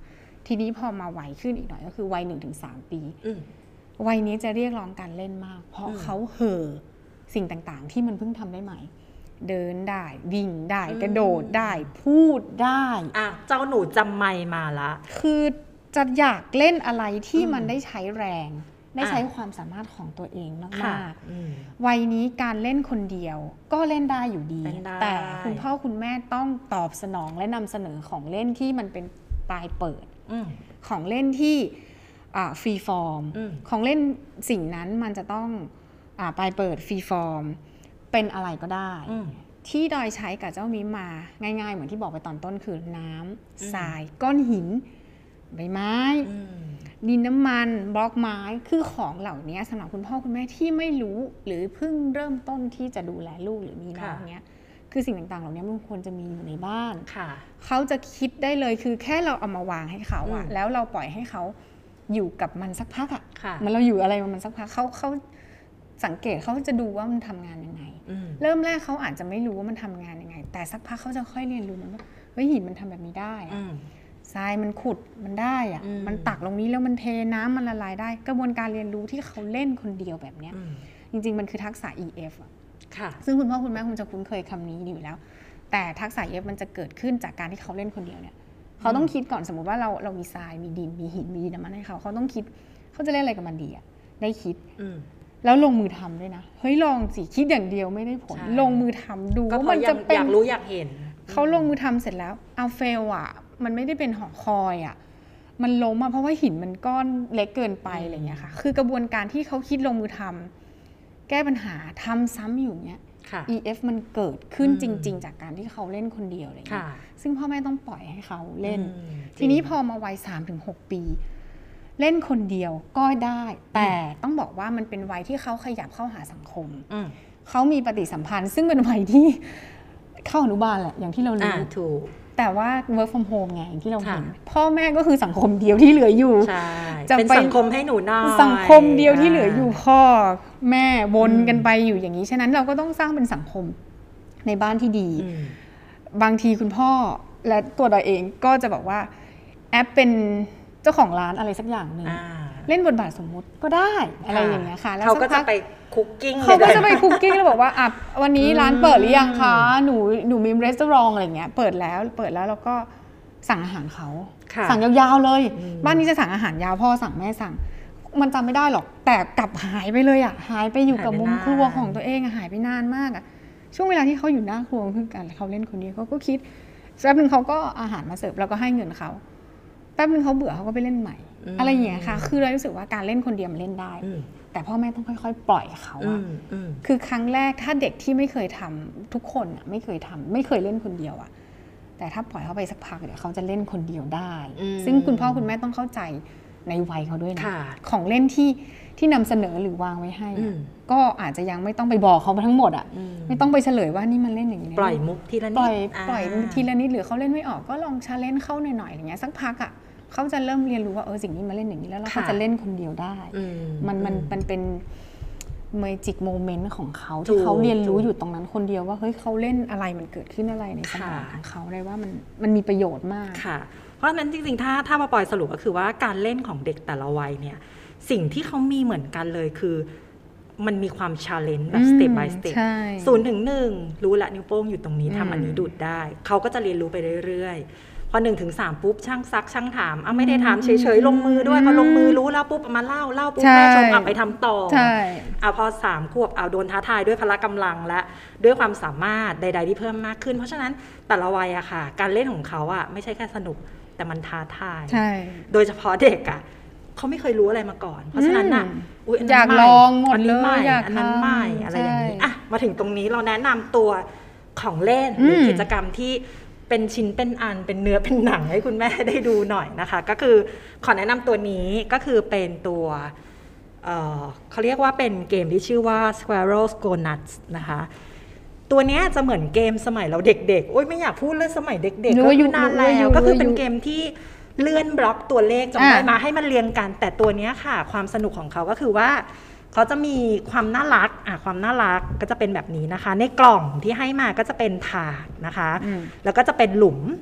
ทีนี้พอมาวัยขึ้นอีกหน่อยก็คือวัย หนึ่งถึงสาม ปีวัยนี้จะเรียกร้องการเล่นมากเพราะเขาเห่อสิ่งต่างๆที่มันเพิ่งทำได้ใหม่เดินได้วิ่งได้กระโดดได้พูดได้อ่ะเจ้าหนูจำไม่มาละคือจะอยากเล่นอะไรที่มันได้ใช้แรงได้ใช้ความสามารถของตัวเองมากๆวัยนี้การเล่นคนเดียวก็เล่นได้อยู่ดีแต่คุณพ่อคุณแม่ต้องตอบสนองและนำเสนอของเล่นที่มันเป็นปลายเปิดของเล่นที่ฟรีฟอร์มของเล่นสิ่งนั้นมันจะต้องปลายเปิดฟรีฟอร์มเป็นอะไรก็ได้ที่ดอยใช้กับเจ้ามิมมาง่ายๆเหมือนที่บอกไปตอนต้นคือน้ำทรายก้อนหินใบไม้ดินน้ำมันบล็อกไม้คือของเหล่านี้สำหรับคุณพ่อคุณแม่ที่ไม่รู้หรือเพิ่งเริ่มต้นที่จะดูแลลูกหรือมีน้องเนี้ยคือสิ่งต่างๆเหล่านี้มันควรจะมีอยู่ในบ้านเขาจะคิดได้เลยคือแค่เราเอามาวางให้เขาอะแล้วเราปล่อยให้เขาอยู่กับมันสักพักอะมันเราอยู่อะไรมันสักพักเขาเขาสังเกตเขาจะดูว่ามันทำงานยังไงเริ่มแรกเขาอาจจะไม่รู้ว่ามันทำงานยังไงแต่สักพักเขาจะค่อยเรียนรู้มันว่าเฮ้ยหินมันทำแบบนี้ได้ทรายมันขุดมันได้อะมันตักลงนี้แล้วมันเทน้ำมันละลายได้กระบวนการเรียนรู้ที่เขาเล่นคนเดียวแบบเนี้ยจริงๆมันคือทักษะ อี เอฟ อ่ะซึ่งคุณพ่อคุณแม่คงจะคุ้นเคยคำนี้อยู่แล้วแต่ทักษะ อี เอฟ มันจะเกิดขึ้นจากการที่เขาเล่นคนเดียวเนี่ยเขาต้องคิดก่อนสมมติว่าเราเรามีทรายมีดินมีหินมีน้ำมันให้เขาเขาต้องคิดเขาจะเล่นอะไรกับมันดีอ่ะได้คิดแล้วลงมือทำด้วยนะเฮ้ยลองสิคิดอย่างเดียวไม่ได้ผลลงมือทำดูว่ามันจะเป็นอยากรู้อยากเห็นเขาลงมือทำเสร็จแล้วเอาเฟลอ่ะมันไม่ได้เป็นหอคอยอ่ะมันล้มอ่ะเพราะว่าหินมันก้อนเล็กเกินไปอะไรเงี้ยค่ะคือกระบวนการที่เขาคิดลงมือทำแก้ปัญหาทำซ้ำอยู่เนี้ย อี เอฟ มันเกิดขึ้นจริงๆจากการที่เขาเล่นคนเดียวอะไรเงี้ยซึ่งพ่อแม่ต้องปล่อยให้เขาเล่นทีนี้พอมาวัย สามถึงหก ปีเล่นคนเดียวก็ได้แต่ต้องบอกว่ามันเป็นวัยที่เขาขยับเข้าหาสังคมเขามีปฏิสัมพันธ์ซึ่งเป็นวัยที่เข้าอนุบาลแหละอย่างที่เรารู้ถูกแต่ว่า work from home ไงอย่างที่เราเห็นพ่อแม่ก็คือสังคมเดียวที่เหลืออยู่จะเป็นสังคมให้หนูน้อยสังคมเดียวที่เหลืออยู่พ่อแม่วนกันไปอยู่อย่างนี้ฉะนั้นเราก็ต้องสร้างเป็นสังคมในบ้านที่ดีบางทีคุณพ่อและตัวเราเองก็จะบอกว่าแอปเป็นเจ้าของร้านอะไรสักอย่างหนึ่งเล่นบทบาทสมมุติก็ได้อะไรอย่างเงี้ยค่ะแล้วเขาก็จะไปคุกกิ้งเขาก็จะไปคุกกิ้งแล้วบอกว่าอ่ะวันนี้ร้านเปิดหรือยังคะหนูหนูมีร้านอาหารอะไรเงี้ยเปิดแล้วเปิดแล้วเราก็สั่งอาหารเขาสั่งยาวๆเลยบ้านนี้จะสั่งอาหารยาวพ่อสั่งแม่สั่งมันจำไม่ได้หรอกแต่กลับหายไปเลยอ่ะหายไปอยู่กับมุมครัวของตัวเองหายไปนานมากอ่ะช่วงเวลาที่เขาอยู่หน้าครัวคือการเขาเล่นคนนี้เขาก็คิดแป๊บนึงเขาก็อาหารมาเสิร์ฟแล้วก็ให้เงินเขาแป๊บนึงเขาเบื่อเขาก็ไปเล่นใหม่อะไรอย่างเงี้ยค่ะคือเรารู้สึกว่าการเล่นคนเดียวมันเล่นได้แต่พ่อแม่ต้องค่อยๆปล่อยเขาอะคือครั้งแรกถ้าเด็กที่ไม่เคยทำทุกคนอะไม่เคยทำไม่เคยเล่นคนเดียวอะแต่ถ้าปล่อยเขาไปสักพักเดี๋ยวเขาจะเล่นคนเดียวได้ซึ่งคุณพ่อคุณแม่ต้องเข้าใจในวัยเขาด้วยนะของเล่นที่ที่นำเสนอหรือวางไว้ให้ก็อาจจะยังไม่ต้องไปบอกเขาทั้งหมดอะไม่ต้องไปเฉลยว่านี่มันเล่นอย่างนี้ปล่อยมุกทีละนิดปล่อยปล่อยทีละนิดหรือเขาเล่นไม่ออกก็ลองชาเลนจ์เข้าหน่อยๆอย่างเงี้ยสักพักอะเขาจะเริ่มเรียนรู้ว่าเออสิ่งนี้มาเล่นอย่างนี้แล้วเขาจะเล่นคนเดียวได้มันมันมันเป็นเมจิกโมเมนต์ของเขาที่เขาเรียนรู้อยู่ตรงนั้นคนเดียวว่าเฮ้ยเขาเล่นอะไรมันเกิดขึ้นอะไรในสมองของเขาได้ว่ามันมันมีประโยชน์มากค่ะเพราะฉะนั้นจริงๆถ้าถ้ามาปล่อยสรุปก็คือว่าการเล่นของเด็กแต่ละวัยเนี่ยสิ่งที่เขามีเหมือนกันเลยคือมันมีความชาเลนจ์แบบสเต็ป by สเต็ปศูนย์ถึงหนึ่งรู้ละนิ้วโป้งอยู่ตรงนี้ทำอันนี้ดูดได้เขาก็จะเรียนรู้ไปเรื่อยๆพอหนึ่งถึงสามปุ๊บช่างซักช่างถามอ่ะไม่ได้ถามเฉยๆลงมือด้วยพอลงมือรู้แล้วปุ๊บมาเล่าเล่าปุ๊บแม่ชมอ่ะไปทำต่ออ่ะพอสามขวบเอาโดนท้าทายด้วยพละกำลังและด้วยความสามารถใดๆที่เพิ่มมากขึ้นเพราะฉะนั้นแต่ละวัยอะค่ะการเล่นของเขาอะไม่ใช่แค่สนุกแต่มันท้าทายโดยเฉพาะเด็กอะเขาไม่เคยรู้อะไรมาก่อนเพราะฉะนั้นน่ะอุ๊ยอยากลองหมดเลยอันนั้นใหม่อะไรอย่างนี้อ่ะมาถึงตรงนี้เราแนะนำตัวของเล่นหรือกิจกรรมที่เป็นชิ้นเป็นอันเป็นเนื้อเป็นหนังให้คุณแม่ได้ดูหน่อยนะคะก็คือขอแนะนำตัวนี้ก็คือเป็นตัวเอ่อเขาเรียกว่าเป็นเกมที่ชื่อว่า Squirrels Go Nuts นะคะตัวนี้จะเหมือนเกมสมัยเราเด็กๆโอ๊ยไม่อยากพูดเรื่องสมัยเด็กๆก็อยู่นานแล้วก็คือเป็นเกมที่เลื่อนบล็อกตัวเลขจำได้มาให้มันเรียงกันแต่ตัวนี้ค่ะความสนุกของเขาก็คือว่าเขาจะมีความน่ารักอ่ะความน่ารักก็จะเป็นแบบนี้นะคะในกล่องที่ให้มาก็จะเป็นถาดนะคะแล้วก็จะเป็นหลุม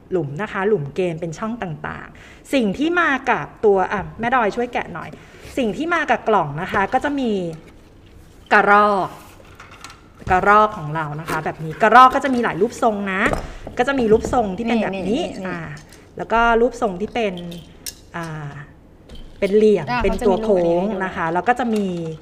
หลุมนะคะหลุมเกมเป็นช่องต่างๆสิ่งที่มากับตัวอ่ะแม่ดอยช่วยแกะหน่อยสิ่งที่มากับกล่องนะคะก็จะมีกระรอกกระรอกของเรานะคะแบบนี้กระรอกก็จะมีหลายรูปทรงนะก็จะมีรูปทรงที่เป็นแบบนี้อ่าแล้วก็รูปทรงที่เป็นอ่าเป็นเหลี่ยมเป็นตัวโค้งนะคะแล้วก็จะมี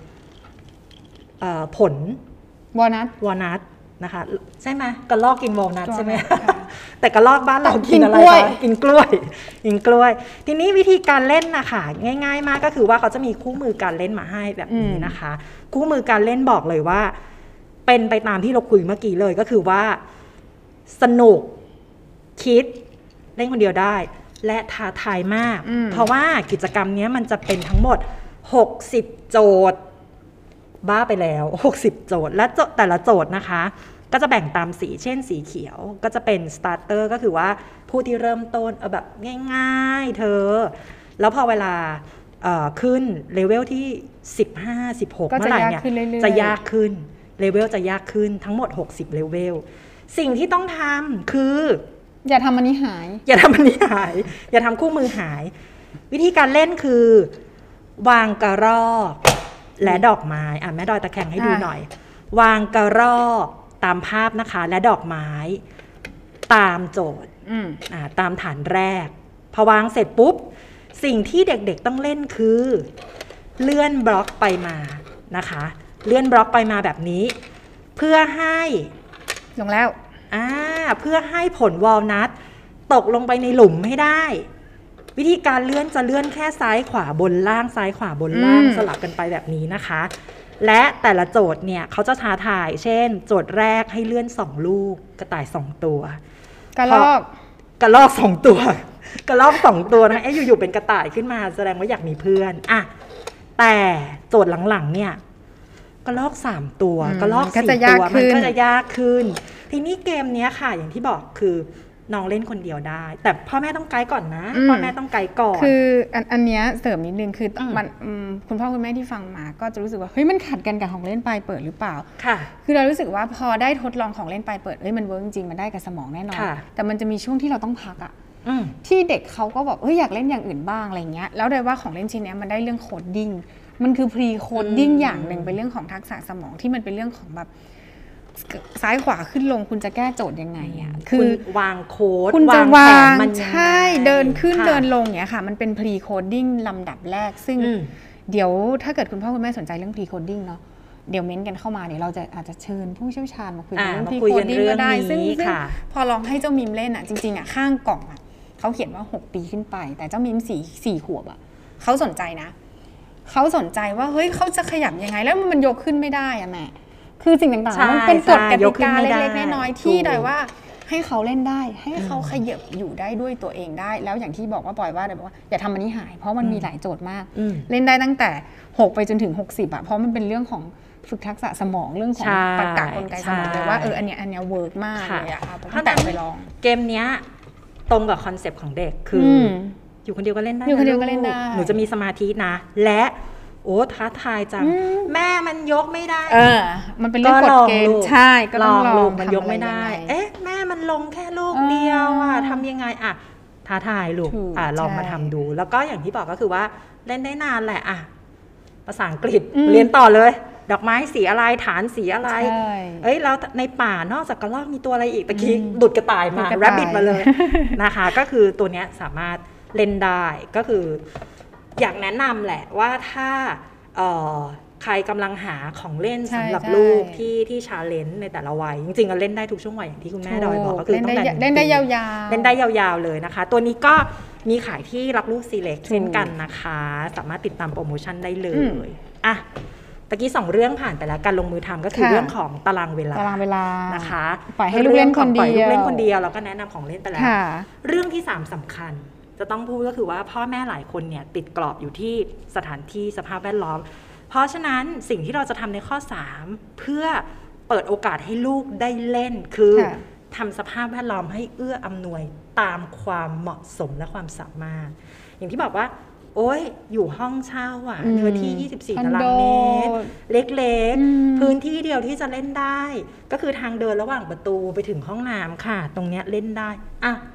ผลวอลนัทวอลนัทนะคะใช่ไหมกระรอกกินวอลนัทใช่ไหมแต่กระรอกบ้านเรากินอะไรคะกินกล้วยกินกล้วยทีนี้วิธีการเล่นนะคะง่ายๆมากก็คือว่าเขาจะมีคู่มือการเล่นมาให้แบบนี้นะคะคู่มือการเล่นบอกเลยว่าเป็นไปตามที่เราคุยเมื่อกี้เลยก็คือว่าสนุกคิดเล่นคนเดียวได้และท้าทายมากเพราะว่ากิจกรรมนี้มันจะเป็นทั้งหมดหกสิบโจทย์บ้าไปแล้วหกสิบโจทย์และแต่ละโจทย์นะคะก็จะแบ่งตามสีเช่นสีเขียวก็จะเป็นสตาร์เตอร์ก็คือว่าผู้ที่เริ่มต้นเอาแบบง่ายๆเธอแล้วพอเวลาขึ้นเลเวลที่สิบห้า สิบหกเมื่อไหร่เนี่ยจะยากขึ้นเลเวลจะยากขึ้นทั้งหมดหกสิบเลเวลสิ่งที่ต้องทำคืออย่าทำอันนี้หายอย่าทำอันนี้หายอย่าทำคู่มือหายวิธีการเล่นคือวางกระรอกและดอกไม้อ่ะแม่ดอยตะแคงให้ดูหน่อยวางกระรอกตามภาพนะคะและดอกไม้ตามโจทย์อ่าตามฐานแรกพอวางเสร็จปุ๊บสิ่งที่เด็กๆต้องเล่นคือเลื่อนบล็อกไปมานะคะเลื่อนบล็อกไปมาแบบนี้เพื่อให้ลงแล้วอ่าเพื่อให้ผลวอลนัทตกลงไปในหลุมให้ได้วิธีการเลื่อนจะเลื่อนแค่ซ้ายขวาบนล่างซ้ายขวาบนล่างสลับกันไปแบบนี้นะคะและแต่ละโจทย์เนี่ยเขาจะท้าทายเช่นโจทย์แรกให้เลื่อนสองลูกกระต่ายสองตัวกระรอกกระรอกสองตัวกระรอกสองตัวนะเอ๊ะอยู่ๆเป็นกระต่ายขึ้นมาแสดงว่าอยากมีเพื่อนอะแต่โจทย์หลังๆเนี่ยกระรอกสามตัวกระรอกสี่ตัวมันก็จะยากขึ้นทีนี้เกมนี้ค่ะอย่างที่บอกคือน้องเล่นคนเดียวได้แต่พ่อแม่ต้องไกด์ก่อนนะพ่อแม่ต้องไกด์ก่อนคืออันอันเนี้ยเสริมนิดนึงคือมันคุณพ่อคุณแม่ที่ฟังมาก็จะรู้สึกว่าเฮ้ยมันขัดกันกับของเล่นปลายเปิดหรือเปล่าค่ะคือเรารู้สึกว่าพอได้ทดลองของเล่นปลายเปิดเฮ้ยมันเวิร์กจริงมันได้กับสมองแน่นอนแต่มันจะมีช่วงที่เราต้องพักอ่ะที่เด็กเขาก็บอกเฮ้ยอยากเล่นอย่างอื่นบ้างอะไรเงี้ยแล้วโดยว่าของเล่นชิ้นนี้มันได้เรื่องโคดดิ้งมันคือพรีโคดดิ้งอย่างหนึ่งเป็นเรื่องของทักษะสมองที่มันเป็นเรื่องของแบบซ้ายขวาขึ้นลงคุณจะแก้โจทย์ยังไงอ่ะคือวางโค้ดคุณจะวางใช่เดินขึ้นเดินลงเนี้ยค่ะมันเป็นพรีโคดดิ้งลำดับแรกซึ่งเดี๋ยวถ้าเกิดคุณพ่อคุณแม่สนใจเรื่องพรีโคดดิ้งเนาะเดี๋ยวเม้นกันเข้ามาเดี๋ยวเราจะอาจจะเชิญผู้เชี่ยวชาญมาคุยเรื่องพรีโคดดิ้งก็ได้ซึ่งพอลองให้เจ้ามิมเล่นอ่ะจริงๆอ่ะข้างกล่องอ่ะเขาเขียนว่าหกปีขึ้นไปแต่เจ้ามิมสี่สี่ขวบอ่ะเขาสนใจนะเขาสนใจว่าเฮ้ยเขาจะขยับยังไงแล้วมันยกขึ้นไม่ได้อะแม่คือสิ่งต่างๆมันเป็นกฎกติกาเล็กๆน้อยๆที่โดยว่าให้เขาเล่นได้ให้เขาขยับอยู่ได้ด้วยตัวเองได้แล้วอย่างที่บอกว่าปล่อยว่าเดี๋ยวบอกว่าอย่าทำอันนี้หายเพราะมันมีหลายโจทย์มากเล่นได้ตั้งแต่หกไปจนถึงหกสิบอ่ะเพราะมันเป็นเรื่องของฝึกทักษะสมองเรื่องของตรรกะกลไกสมองเลยว่าเอออันเนี้ยอันเนี้ยเวิร์กมากเลยอ่ะตั้งแต่ไปลองเกมเนี้ยตรงกับคอนเซปต์ของเด็กคืออยู่คนเดียวก็เล่นได้อยู่คนเดียวก็เล่นได้หนูจะมีสมาธินะและโอ้ท้าทายจังแม่มันยกไม่ได้เออมันเป็นเรื่องกฎเกณฑ์ใช่ก็ต้องลองมันยกไม่ได้เอ๊ะแม่มันลงแค่ลูกเดียวอ่ะทำยังไงอ่ะท้าทายลูกอ่ะลองมาทำดูแล้วก็อย่างที่บอกก็คือว่าเล่นได้นานแหละอ่ะภาษาอังกฤษเรียนต่อเลยดอกไม้สีอะไรฐานสีอะไรเอ้ยแล้วในป่านอกจากกระรอกมีตัวอะไรอีกตะกี้ดุดกระต่ายมาแรบบิทมาเลยนะคะก็คือตัวเนี้ยสามารถเล่นได้ก็คืออยากแนะนำแหละว่าถ้าใครกำลังหาของเล่นสำหรับลูกที่ที่ชาเลนจ์ในแต่ละวัยจริงๆก็เล่นได้ทุกช่วงวัยอย่างที่คุณแม่ดอยบอกก็คือตั้งแต่เล่นได้ยาวๆเล่นได้ยาวๆเลยนะคะตัวนี้ก็มีขายที่รักลูก Select เช่นกันนะคะสามารถติดตามโปรโมชั่นได้เลยอ่ะตะกี้สองเรื่องผ่านไปแล้วการลงมือทำก็คือเรื่องของตารางเวลาตารางเวลานะคะปล่อยให้ลูกเล่นคนเดียวปล่อยลูกเล่นคนเดียวแล้วก็แนะนำของเล่นไปแล้วเรื่องที่สามสำคัญจะต้องพูดก็คือว่าพ่อแม่หลายคนเนี่ยติดกรอบอยู่ที่สถานที่สภาพแวดล้อมเพราะฉะนั้นสิ่งที่เราจะทำในข้อสามเพื่อเปิดโอกาสให้ลูกได้เล่นคือทำสภาพแวดล้อมให้เอื้ออำนวยตามความเหมาะสมและความสามารถอย่างที่บอกว่าโอ๊ยอยู่ห้องเช่าอ่ะเนื้อที่ยี่สิบสี่ตารางเมตรเล็กๆพื้นที่เดียวที่จะเล่นได้ก็คือทางเดินระหว่างประตูไปถึงห้องน้ำค่ะตรงเนี้ยเล่นได้อ่ะ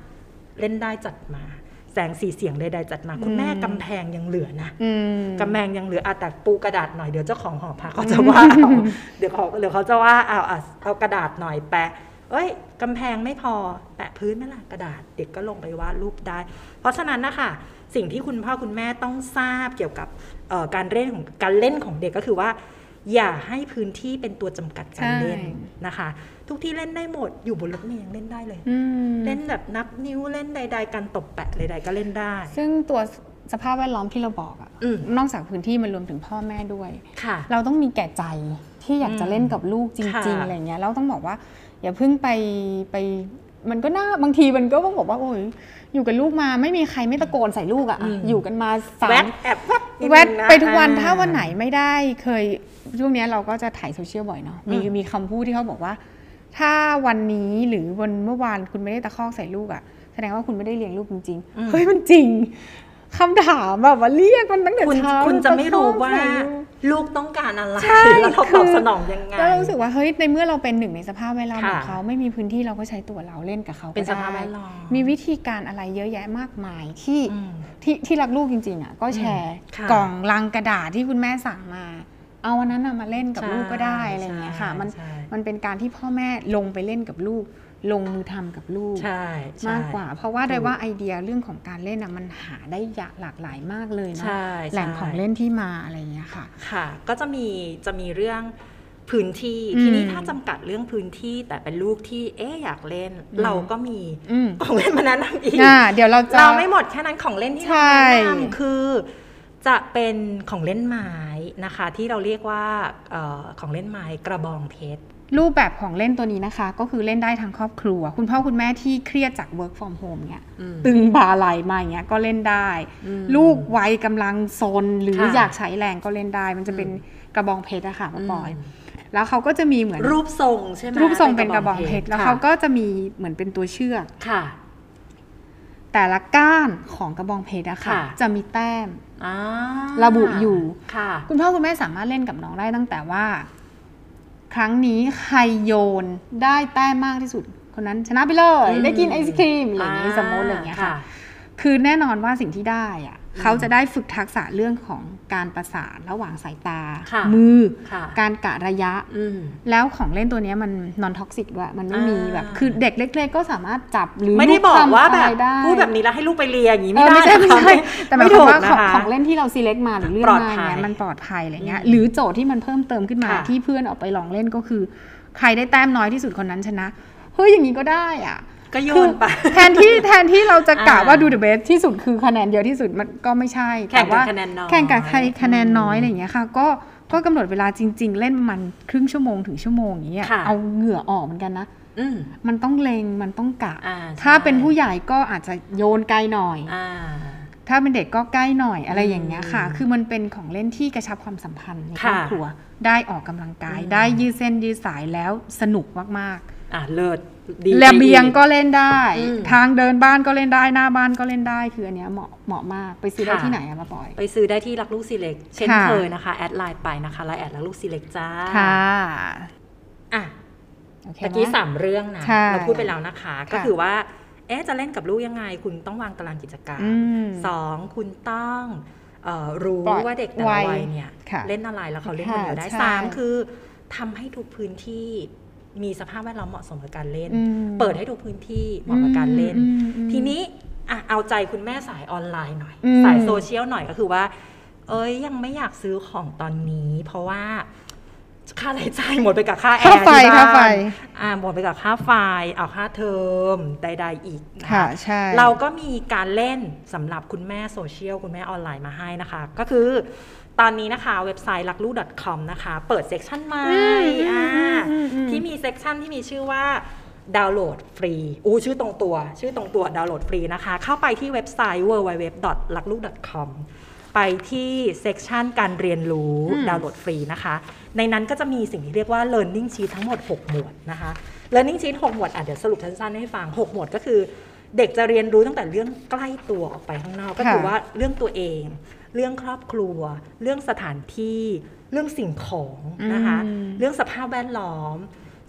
เล่นได้จัดมาแสงสีเสียงใดๆจัดมาคุณแม่กำแพงยังเหลือนะกำแพงยังเหลือแต่ปูกระดาษหน่อยเดี๋ยวเจ้าของหอพักเขาจะว่าเอาเดี๋ยวเขาเดี๋ยวเขาจะว่าเอาเอากระดาษหน่อยแปะเอ้ยกำแพงไม่พอแปะพื้นไม่ล่ะกระดาษเด็กก็ลงไปวาดรูปได้เพราะฉะนั้นนะคะสิ่งที่คุณพ่อคุณแม่ต้องทราบเกี่ยวกับการเล่นของการเล่นของเด็กก็คือว่าอย่าให้พื้นที่เป็นตัวจำกัดการเล่นนะคะทุกที่เล่นได้หมดอยู่บนรถเมล์ยังเล่นได้เลยเล่นแบบนับนิ้วเล่นใดๆการตบแปะใดๆก็เล่นได้ซึ่งตัวสภาพแวดล้อมที่เราบอกอะนอกจากพื้นที่มันรวมถึงพ่อแม่ด้วยเราต้องมีแก่ใจที่อยากจะเล่นกับลูกจริงๆอะไรเงี้ยเราต้องบอกว่าอย่าเพิ่งไปไปมันก็น่าบางทีมันก็ต้องบอกว่าโอ้ยอยู่กับลูกมาไม่มีใครไม่ตะโกนใส่ลูกอ่ะอยู่กันมาสามแอบแวดไปทุกวันถ้าวันไหนไม่ได้เคยช่วงนี้เราก็จะถ่ายโซเชียลบ่อยเนาะมีมีคำพูดที่เขาบอกว่าถ้าวันนี้หรือวันเมื่อวานคุณไม่ได้ตะคอกใส่ลูกอ่ะแสดงว่าคุณไม่ได้เลี้ยงลูกจริงๆเฮ้ยมันจริงคำถามแบบว่าเรียกมันตั้งแต่เช้าคุณจะไม่รู้ว่าลูกต้องการอะไรแล้วเราตอบสนองยังไงก็รู้สึกว่าเฮ้ยในเมื่อเราเป็นหนึ่งในสภาพแวดล้อมของเขาไม่มีพื้นที่เราก็ใช้ตัวเราเล่นกับเขาเป็นสภาพแวดล้อมมีวิธีการอะไรเยอะแยะมากมายที่ที่ที่รักลูกจริงๆอ่ะก็แชร์กล่องลังกระดาษที่คุณแม่สั่งมาเอาวันนั้นมาเล่นกับลูกก็ได้อะไรอย่างเงี้ยค่ะมันมันเป็นการที่พ่อแม่ลงไปเล่นกับลูกลงมือทำกับลูกมากกว่าเพราะว่าได้ว่าไอเดียเรื่องของการเล่นนะมันหาได้หลากหลายมากเลยนะแหล่งของเล่นที่มาอะไรอย่างเงี้ยค่ะค่ะก็จะมีจะมีเรื่องพื้นที่ทีนี้ถ้าจำกัดเรื่องพื้นที่แต่เป็นลูกที่เอ๊ะอยากเล่นเราก็มีของเล่นมาแนะนำอีกเดี๋ยวเราจะเราไม่หมดแค่นั้นของเล่นที่เราแนะนำคือจะเป็นของเล่นไม้นะคะที่เราเรียกว่าของเล่นไม้กระบองเพชรรูปแบบของเล่นตัวนี้นะคะก็คือเล่นได้ทั้งครอบครัวคุณพ่อคุณแม่ที่เครียดจาก work from home เนี่ยตึงบ่าไหลมาอย่างเงี้ยก็เล่นได้ลูกวัยกำลังซนหรืออยากใช้แรงก็เล่นได้มันจะเป็นกระบองเพชรอะค่ะมาปอยแล้วเขาก็จะมีเหมือนรูปทรงใช่ไหมรูปทรงเป็นกระบองเพชรแล้วเขาก็จะมีเหมือนเป็นตัวเชือกแต่ละก้านของกระบองเพชรอะค่ะจะมีแต้มระบุอยู่คุณพ่อคุณแม่สามารถเล่นกับน้องได้ตั้งแต่ว่าครั้งนี้ใครโยนได้แต้มมากที่สุดคนนั้นชนะไปเลยได้กินไอศครีมอะไรอย่างนี้สมมติอะไรอย่างเงี้ยค่ะคือแน่นอนว่าสิ่งที่ได้อะเขาจะได้ฝึกทักษะเรื่องของการประสานระหว่างสายตามือการกะระยะแล้วของเล่นตัวนี้มันนอนท็อกซิกด้วยมันไม่มีแบบคือเด็กเล็กๆก็สามารถจับหรือไม่ได้บอกว่าแบบพูดแบบนี้แล้วให้ลูกไปเรียอย่างนี้ไม่ได้ไม่ใช่ไม่ใช่แต่หมายถึงว่าของเล่นที่เรา select มาหรือเลือกมาเนี่ยมันปลอดภัยอะไรเงี้ยหรือโจทย์ที่มันเพิ่มเติมขึ้นมาที่เพื่อนออกไปลองเล่นก็คือใครได้แต้มน้อยที่สุดคนนั้นชนะเฮ้ยอย่างนี้ก็ได้อ่ะก็โยนไปแทนที่แทนที่เราจะกะว่าดูเดอะเบสที่สุดคือคะแนนเยอะที่สุดมันก็ไม่ใช่แข่งกับคะแนนน้อยแข่งกับใครคะแนนน้อยอะไรอย่างเงี้ยค่ะก็ก็กำหนดเวลาจริงๆเล่นประมาณครึ่งชั่วโมงถึงชั่วโมงอย่างเงี้ยเอาเหงื่อออกเหมือนกันนะมันต้องเล็งมันต้องกะถ้าเป็นผู้ใหญ่ก็อาจจะโยนไกลหน่อยถ้าเป็นเด็กก็ใกล้หน่อยอะไรอย่างเงี้ยค่ะคือมันเป็นของเล่นที่กระชับความสัมพันธ์ในครอบครัวได้ออกกำลังกายได้ยืดเส้นยืดสายแล้วสนุกมากๆอ่ะเลิศระเบียงก็เล่นได้ทางเดินบ้านก็เล่นได้หน้าบ้านก็เล่นได้คืออันเนี้ยเหมาะเหมาะมากไปซื้อได้ที่ไหนอะมาปอยไปซื้อได้ที่รักลูกซีเล็กเช่นเคยนะคะแอดไลน์ไปนะคะไลน์แอดรักลูกซีเล็กจ้าค่ะอ่ะตะกี้สามเรื่องนะเราพูดไปแล้วนะคะก็คือว่าเอ๊ะจะเล่นกับลูกยังไงคุณต้องวางตารางกิจกรรมสองคุณต้องรู้ว่าเด็กแต่ละวัยเนี่ยเล่นอะไรแล้วเขาเล่นคนเดียวได้สามคือทำให้ทุกพื้นที่มีสภาพแวดล้อมเหมาะสมกับการเล่นเปิดให้ทุกพื้นที่เหมาะกับการเล่นทีนี้อ่ะเอาใจคุณแม่สายออนไลน์หน่อยสายโซเชียลหน่อยก็คือว่าเอ้ยยังไม่อยากซื้อของตอนนี้เพราะว่าค่าใช้จ่ายหมดไปกับค่าแอร์ที่บ้านอ่าหมดไปกับค่าไฟเอาค่าเทอมใดๆอีกค่ะใช่เราก็มีการเล่นสำหรับคุณแม่โซเชียลคุณแม่ออนไลน์มาให้นะคะก็คือตอนนี้นะคะเว็บไซต์ ลักลูก ดอท คอม นะคะเปิดเซกชันใหม่ที่มีเซกชันที่มีชื่อว่าดาวน์โหลดฟรีอู้ชื่อตรงตัวชื่อตรงตัวดาวน์โหลดฟรีนะคะเข้าไปที่เว็บไซต์ ดับเบิลยู ดับเบิลยู ดับเบิลยู ดอท ลักลูก ดอท คอม ไปที่เซกชันการเรียนรู้ดาวน์โหลดฟรีนะคะในนั้นก็จะมีสิ่งที่เรียกว่า learning sheet ทั้งหมดหกหมวดนะคะ learning sheet หกหมวดอ่ะเดี๋ยวสรุปสั้นๆให้ฟังหกหมวดก็คือเด็กจะเรียนรู้ตั้งแต่เรื่องใกล้ตัวออกไปข้างนอกก็คือว่าเรื่องตัวเองเรื่องครอบครัวเรื่องสถานที่เรื่องสิ่งของนะคะเรื่องสภาพแวดล้อม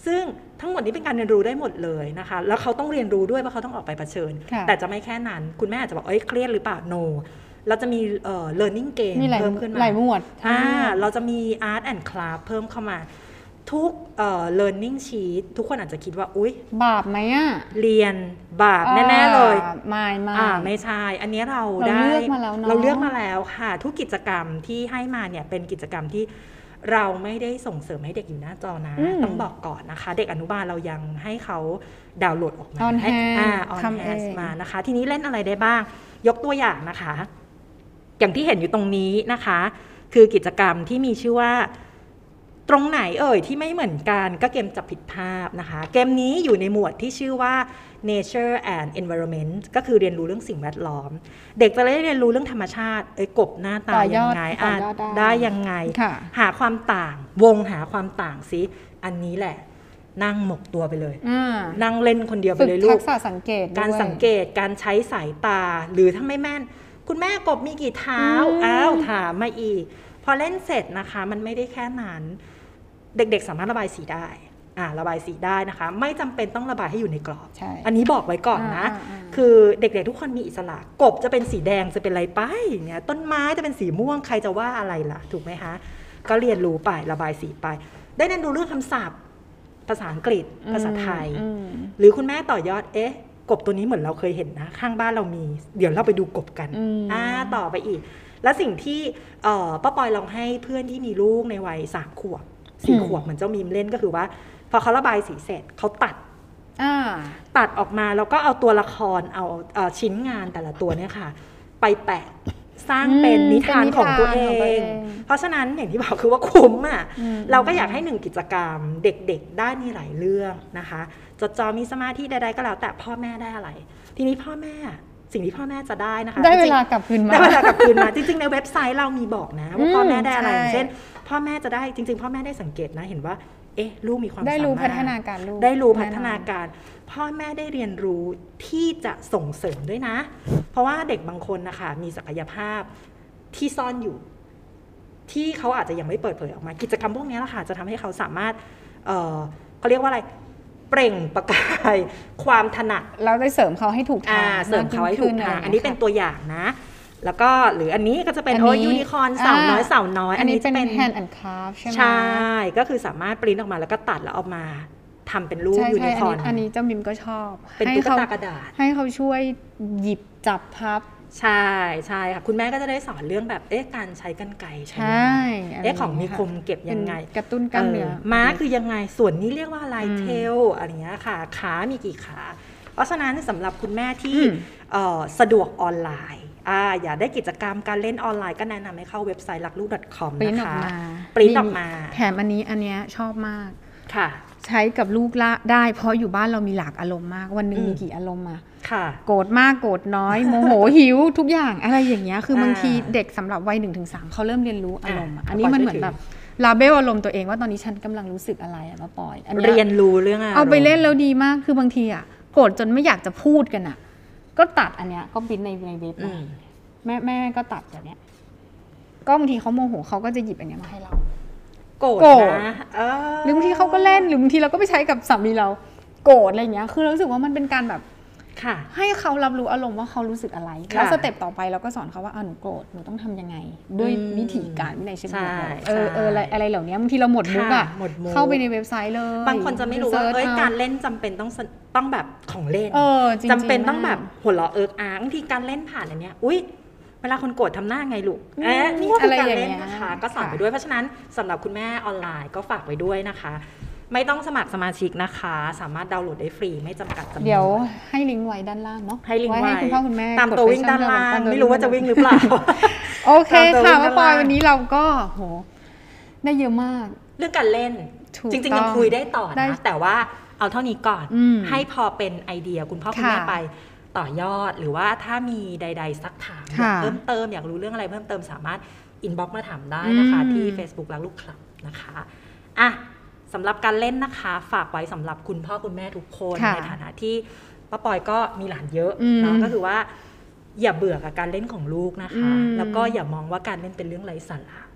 ซึ่งทั้งหมดนี้เป็นการเรียนรู้ได้หมดเลยนะคะแล้วเขาต้องเรียนรู้ด้วยเพราะเขาต้องออกไปเผชิญแต่จะไม่แค่นั้นคุณแม่อาจจะบอกเอ้ยเครียดหรือเปล่า no เราจะมีเอ่อ learning game เพิ่มขึ้นมาหลายหมวดอ่าเราจะมี art and craft เพิ่มเข้ามาทุกเอ่อ learning sheet ทุกคนอาจจะคิดว่าอุ๊ยบาปไหมอ่ะเรียนบาปแน่ๆเลยไม่ไม่อ่าไม่ใช่อันนี้เราได้เราเลือกมาแล้วเนาะเราเลือกมาแล้วค่ะทุกกิจกรรมที่ให้มาเนี่ยเป็นกิจกรรมที่เราไม่ได้ส่งเสริมให้เด็กอยู่หน้าจอนะต้องบอกก่อนนะคะเด็กอนุบาลเรายังให้เขาดาวน์โหลดออกมาให้อ่า on hand มานะคะทีนี้เล่นอะไรได้บ้างยกตัวอย่างนะคะอย่างที่เห็นอยู่ตรงนี้นะคะคือกิจกรรมที่มีชื่อว่าตรงไหนเอ่ยที่ไม่เหมือนกันก็เกมจับผิดภาพนะคะเกมนี้อยู่ในหมวดที่ชื่อว่า nature and environment ก็คือเรียนรู้เรื่องสิ่งแวดล้อมเด็กจะได้เรียนรู้เรื่องธรรมชาติเอ้ยกบหน้าตายังไงอาจได้ยังไงหาความต่างวงหาความต่างสิอันนี้แหละนั่งหมกตัวไปเลยนั่งเล่นคนเดียวไปเลยลูกฝึกทักษะสังเกตการสังเกตการใช้สายตาหรือถ้าไม่แม่นคุณแม่กบมีกี่เท้าอ้าวถามมาอีกพอเล่นเสร็จนะคะมันไม่ได้แค่นั้นเด็กๆสามารถระบายสีได้อ่าระบายสีได้นะคะไม่จำเป็นต้องระบายให้อยู่ในกรอบอันนี้บอกไว้ก่อนนะคือเด็กๆทุกคนมีอิสระกบจะเป็นสีแดงจะเป็นอะไรไปเนี่ยต้นไม้จะเป็นสีม่วงใครจะว่าอะไรล่ะถูกไหมคะก็เรียนรู้ไประบายสีไปได้เรียนรู้เรื่องคำศัพท์ภาษาอังกฤษภาษาไทยหรือคุณแม่ต่อยอดเอ๊ะกบตัวนี้เหมือนเราเคยเห็นนะข้างบ้านเรามีเดี๋ยวเราไปดูกบกันอ่าต่อไปอีกและสิ่งที่ป้าปอยลองให้เพื่อนที่มีลูกในวัยสามขวบสี่ขวบเหมือนเจ้ามีมเล่นก็คือว่าพอเขาระบายสีเสร็จเขาตัดตัดออกมาแล้วก็เอาตัวละครเอาชิ้นงานแต่ละตัวเนี่ยค่ะไปแปะสร้างเป็นนิทานของตัวเองเพราะฉะนั้นอย่างที่บอกคือว่าคุ้มอ่ะเราก็อยากให้หนึ่งกิจกรรมเด็กๆได้มีหลายเรื่องนะคะจดจ่อมีสมาธิใดๆก็แล้วแต่พ่อแม่ได้อะไรทีนี้พ่อแม่สิ่งที่พ่อแม่จะได้นะคะได้เวลากลับคืนมาได้เวลากลับคืนมาจริงๆในเว็บไซต์เรามีบอกนะว่าพ่อแม่ได้อะไรเช่นพ่อแม่จะได้จริงๆพ่อแม่ได้สังเกตนะเห็นว่าเอ๊ะลูกมีความสามารถได้รู้พัฒนาการลูกได้รู้พัฒนาการพ่อแม่ได้เรียนรู้ที่จะส่งเสริมด้วยนะเพราะว่าเด็กบางคนนะคะมีศักยภาพที่ซ่อนอยู่ที่เขาอาจจะยังไม่เปิดเผยออกมากิจกรรมพวกนี้แหละค่ะจะทำให้เขาสามารถเอ่อเขาเรียกว่าอะไรเปล่งประกายความถนัดเราได้เสริมเขาให้ถูกทางเสริมเขาให้ถูกทางอันนี้เป็นตัวอย่างนะแล้วก็หรืออันนี้ก็จะเป็นโอ้ยูนิคอร์นสาวน้อยสาวน้อยอันนี้จะเป็น hand and craft ใช่ไหมใช่ก็คือสามารถปริ้นออกมาแล้วก็ตัดแล้วเอามาทำเป็นรูปยูนิคอร์นอันนี้เจ้ามิมก็ชอบเป็นตุ๊กตากระดาษให้เขาช่วยหยิบจับพับใช่ใช่ค่ะคุณแม่ก็จะได้สอนเรื่องแบบเอ๊ะการใช้กรรไกรใช่เอ๊ะของมีคมเก็บยังไงกระตุ้นกล้ามเนื้อม้าคือยังไงส่วนนี้เรียกว่าอะไรเทลอะไรเงี้ยค่ะขามีกี่ขาเพราะฉะนั้นสำหรับคุณแม่ที่สะดวกออนไลน์อ่าอยากได้กิจกรรมการเล่นออนไลน์ก็แนะนำให้เข้าเว็บไซต์ ลักลูก .com นะคะปริ้นออกมาแถมอันนี้อันเนี้ยชอบมากค่ะใช้กับลูกละได้เพราะอยู่บ้านเรามีหลากอารมณ์มากวันนึงมีกี่อารมณ์อะโกรธมากโกรธน้อยโมโหหิวทุกอย่างอะไรอย่างเงี้ยคือบางทีเด็กสำหรับวัย หนึ่งถึงสาม เขาเริ่มเรียนรู้อารมณ์อันนี้มันเหมือนแบบลาเบลอารมณ์ตัวเองว่าตอนนี้ฉันกำลังรู้สึกอะไรอะมาปล่อยเรียนรู้เรื่องอะไรเอาไปเล่นแล้วดีมากคือบางทีอะโกรธจนไม่อยากจะพูดกันอะก็ตัดอันเนี้ยก็บินในในเว็บแม่แม่ก็ตัดแบบเนี้ยก็บางทีเขาโมโหเขาก็จะหยิบอันเนี้ยมาให้เราโกรธนะหรือบางทีเขาก็เล่นหรือบางทีเราก็ไปใช้กับสามีเราโกรธอะไรอย่างเงี้ยคือเรารู้สึกว่ามันเป็นการแบบให้เขารับรู้อารมณ์ว่าเขารู้สึกอะไรแล้วสเต็ปต่อไปเราก็สอนเขาว่าอ่ะหนูโกรธหนูต้องทำยังไงด้วยวิธีการวินัยชีวิตเออเอออะไรอะไรเหล่านี้บางทีเราหมดมุกอ่ะเข้าไปในเว็บไซต์เลยบางคนจะไม่รู้ว่าเอ้ยการเล่นจำเป็นต้องต้องแบบของเล่นจำเป็นต้องแบบหัวเราะเอิ๊กอาร์บางทีการเล่นผ่านอันเนี้ยอุ้ยเวลาคนโกรธทำหน้าไงลูกเอ๊ะนี่ก็คือการเล่นนะคะก็สอนไปด้วยเพราะฉะนั้นสำหรับคุณแม่ออนไลน์ก็ฝากไว้ด้วยนะคะไม่ต้องสมัครสมาชิกนะคะสามารถดาวน์โหลดได้ฟรีไม่จำกัดจำนวนเดี๋ยวให้ลิงก์ไว้ด้านล่างเนาะให้ลิงก์ไว้ให้คุณพ่อคุณแม่ตามตัววิ่งด้านล่างไม่รู้ว่าจะวิ่งหรือเปล่าโอเคค่ะว่าปอยวันนี้เราก็โหได้เยอะมากเรื่องการเล่นจริงๆยังคุยได้ต่อนะแต่ว่าเอาเท่านี้ก่อนให้พอเป็นไอเดียคุณพ่อคุณแม่ไปต่อยอดหรือว่าถ้ามีใดๆสักถามเพิ่มเติมอยากรู้เรื่องอะไรเพิ่มเติมสามารถอินบ็อกซ์มาถามได้นะคะที่ Facebook รักลูกคลับนะคะอ่ะสำหรับการเล่นนะคะฝากไว้สำหรับคุณพ่อคุณแม่ทุกคนในฐานะที่ป้าปอยก็มีหลานเยอะเนาะก็คือว่าอย่าเบื่อกับการเล่นของลูกนะคะแล้วก็อย่ามองว่าการเล่นเป็นเรื่องไร้สาระ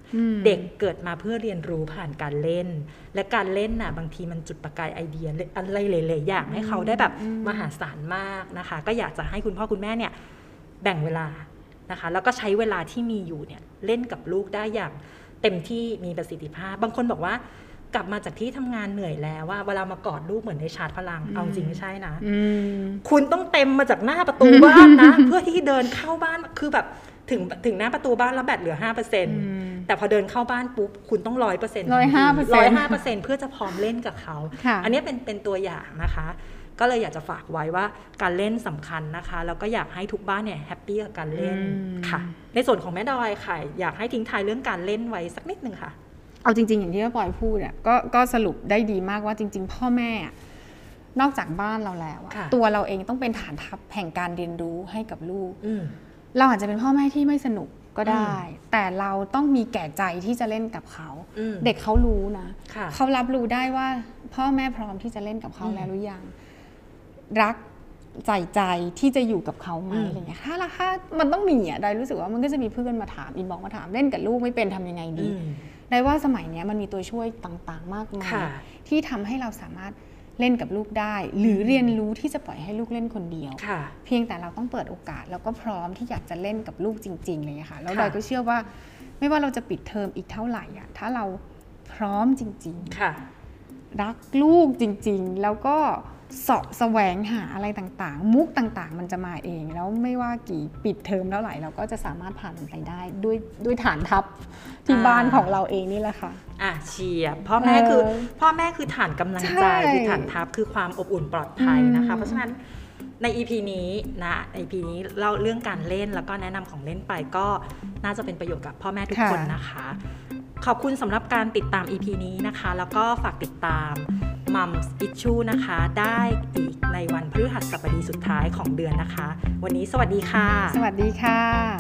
เด็กเกิดมาเพื่อเรียนรู้ผ่านการเล่นและการเล่นน่ะบางทีมันจุดประกายไอเดียอะไรหลายๆอย่างให้เขาได้แบบมหาศาลมากนะคะก็อยากจะให้คุณพ่อคุณแม่เนี่ยแบ่งเวลานะคะแล้วก็ใช้เวลาที่มีอยู่เนี่ยเล่นกับลูกได้อย่างเต็มที่มีประสิทธิภาพบางคนบอกว่ากลับมาจากที่ทำงานเหนื่อยแล้วว่าเวลามากอดลูกเหมือนได้ชาร์จพลังเอาจริงไม่ใช่นะคุณต้องเต็มมาจากหน้าประตูบ้านนะเพื่อที่เดินเข้าบ้านคือแบบถึงถึงหน้าประตูบ้านแล้วแบตเหลือ ห้าเปอร์เซ็นต์ แต่พอเดินเข้าบ้านปุ๊บคุณต้อง ร้อยเปอร์เซ็นต์ร้อยห้าเปอร์เซ็นต์ร้อยห้าเปอร์เซ็นต์ เพื่อจะพร้อมเล่นกับเขาอันนี้เป็นเป็นตัวอย่างนะคะก็เลยอยากจะฝากไว้ว่าการเล่นสำคัญนะคะแล้วก็อยากให้ทุกบ้านเนี่ยแฮปปี้กับการเล่นค่ะในส่วนของแม่ดอยค่ะอยากให้ทิ้งท้ายเรื่องการเล่นไว้สักนิดนึงค่ะเอาจริงๆอย่างที่ป้าปอยพูดอ่ะก็ก็สรุปได้ดีมากว่าจริงๆพ่อแม่นอกจากบ้านเราแล้วตัวเราเองต้องเป็นฐานทัพแห่งการเรียนรู้ให้กับลูกเราอาจจะเป็นพ่อแม่ที่ไม่สนุกก็ได้แต่เราต้องมีแก่ใจที่จะเล่นกับเขาเด็กเขารู้นะเขารับรู้ได้ว่าพ่อแม่พร้อมที่จะเล่นกับเขาแล้วหรือยังรักใจใจที่จะอยู่กับเขาไหมอะไรเงี้ยถ้าละถ้ามันต้องมีอ่ะได้รู้สึกว่ามันก็จะมีเพื่อนมาถามอินบอกมาถามเล่นกับลูกไม่เป็นทำยังไงดีได้ว่าสมัยนี้มันมีตัวช่วยต่างๆมากมายที่ทำให้เราสามารถเล่นกับลูกได้หรือเรียนรู้ที่จะปล่อยให้ลูกเล่นคนเดียวเพียงแต่เราต้องเปิดโอกาสแล้วก็พร้อมที่อยากจะเล่นกับลูกจริงๆเลยค่ะแล้วดอยก็เชื่อว่าไม่ว่าเราจะปิดเทอมอีกเท่าไหร่อ่ะถ้าเราพร้อมจริงๆรักลูกจริงๆแล้วก็เสาะแสวงหาอะไรต่างๆมุกต่างๆมันจะมาเองแล้วไม่ว่ากี่ปิดเทอมแล้วไหร่เราก็จะสามารถผ่านมันไปได้ด้วยด้วยฐานทัพที่บ้านของเราเองนี่แหละค่ะอ่ะเชียร์พ่อแม่คือพ่อแม่คือฐานกำลังใจคือฐานทัพคือความอบอุ่นปลอดภัยนะคะเพราะฉะนั้นใน อี พี นี้นะใน อี พี นี้เล่าเรื่องการเล่นแล้วก็แนะนำของเล่นไปก็น่าจะเป็นประโยชน์กับพ่อแม่ทุกคนนะคะขอบคุณสำหรับการติดตาม อี พี นี้นะคะแล้วก็ฝากติดตามMums Issue นะคะได้อีกในวันพฤหัสบดีสุดท้ายของเดือนนะคะวันนี้สวัสดีค่ะสวัสดีค่ะ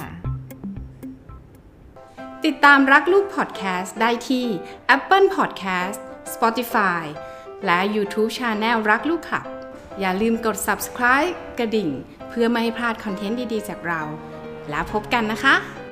ติดตามรักลูกพอดแคสต์ได้ที่ Apple Podcast Spotify และ YouTube Channel รักลูกค่ะอย่าลืมกด Subscribe กระดิ่งเพื่อไม่ให้พลาดคอนเทนต์ดีๆจากเราแล้วพบกันนะคะ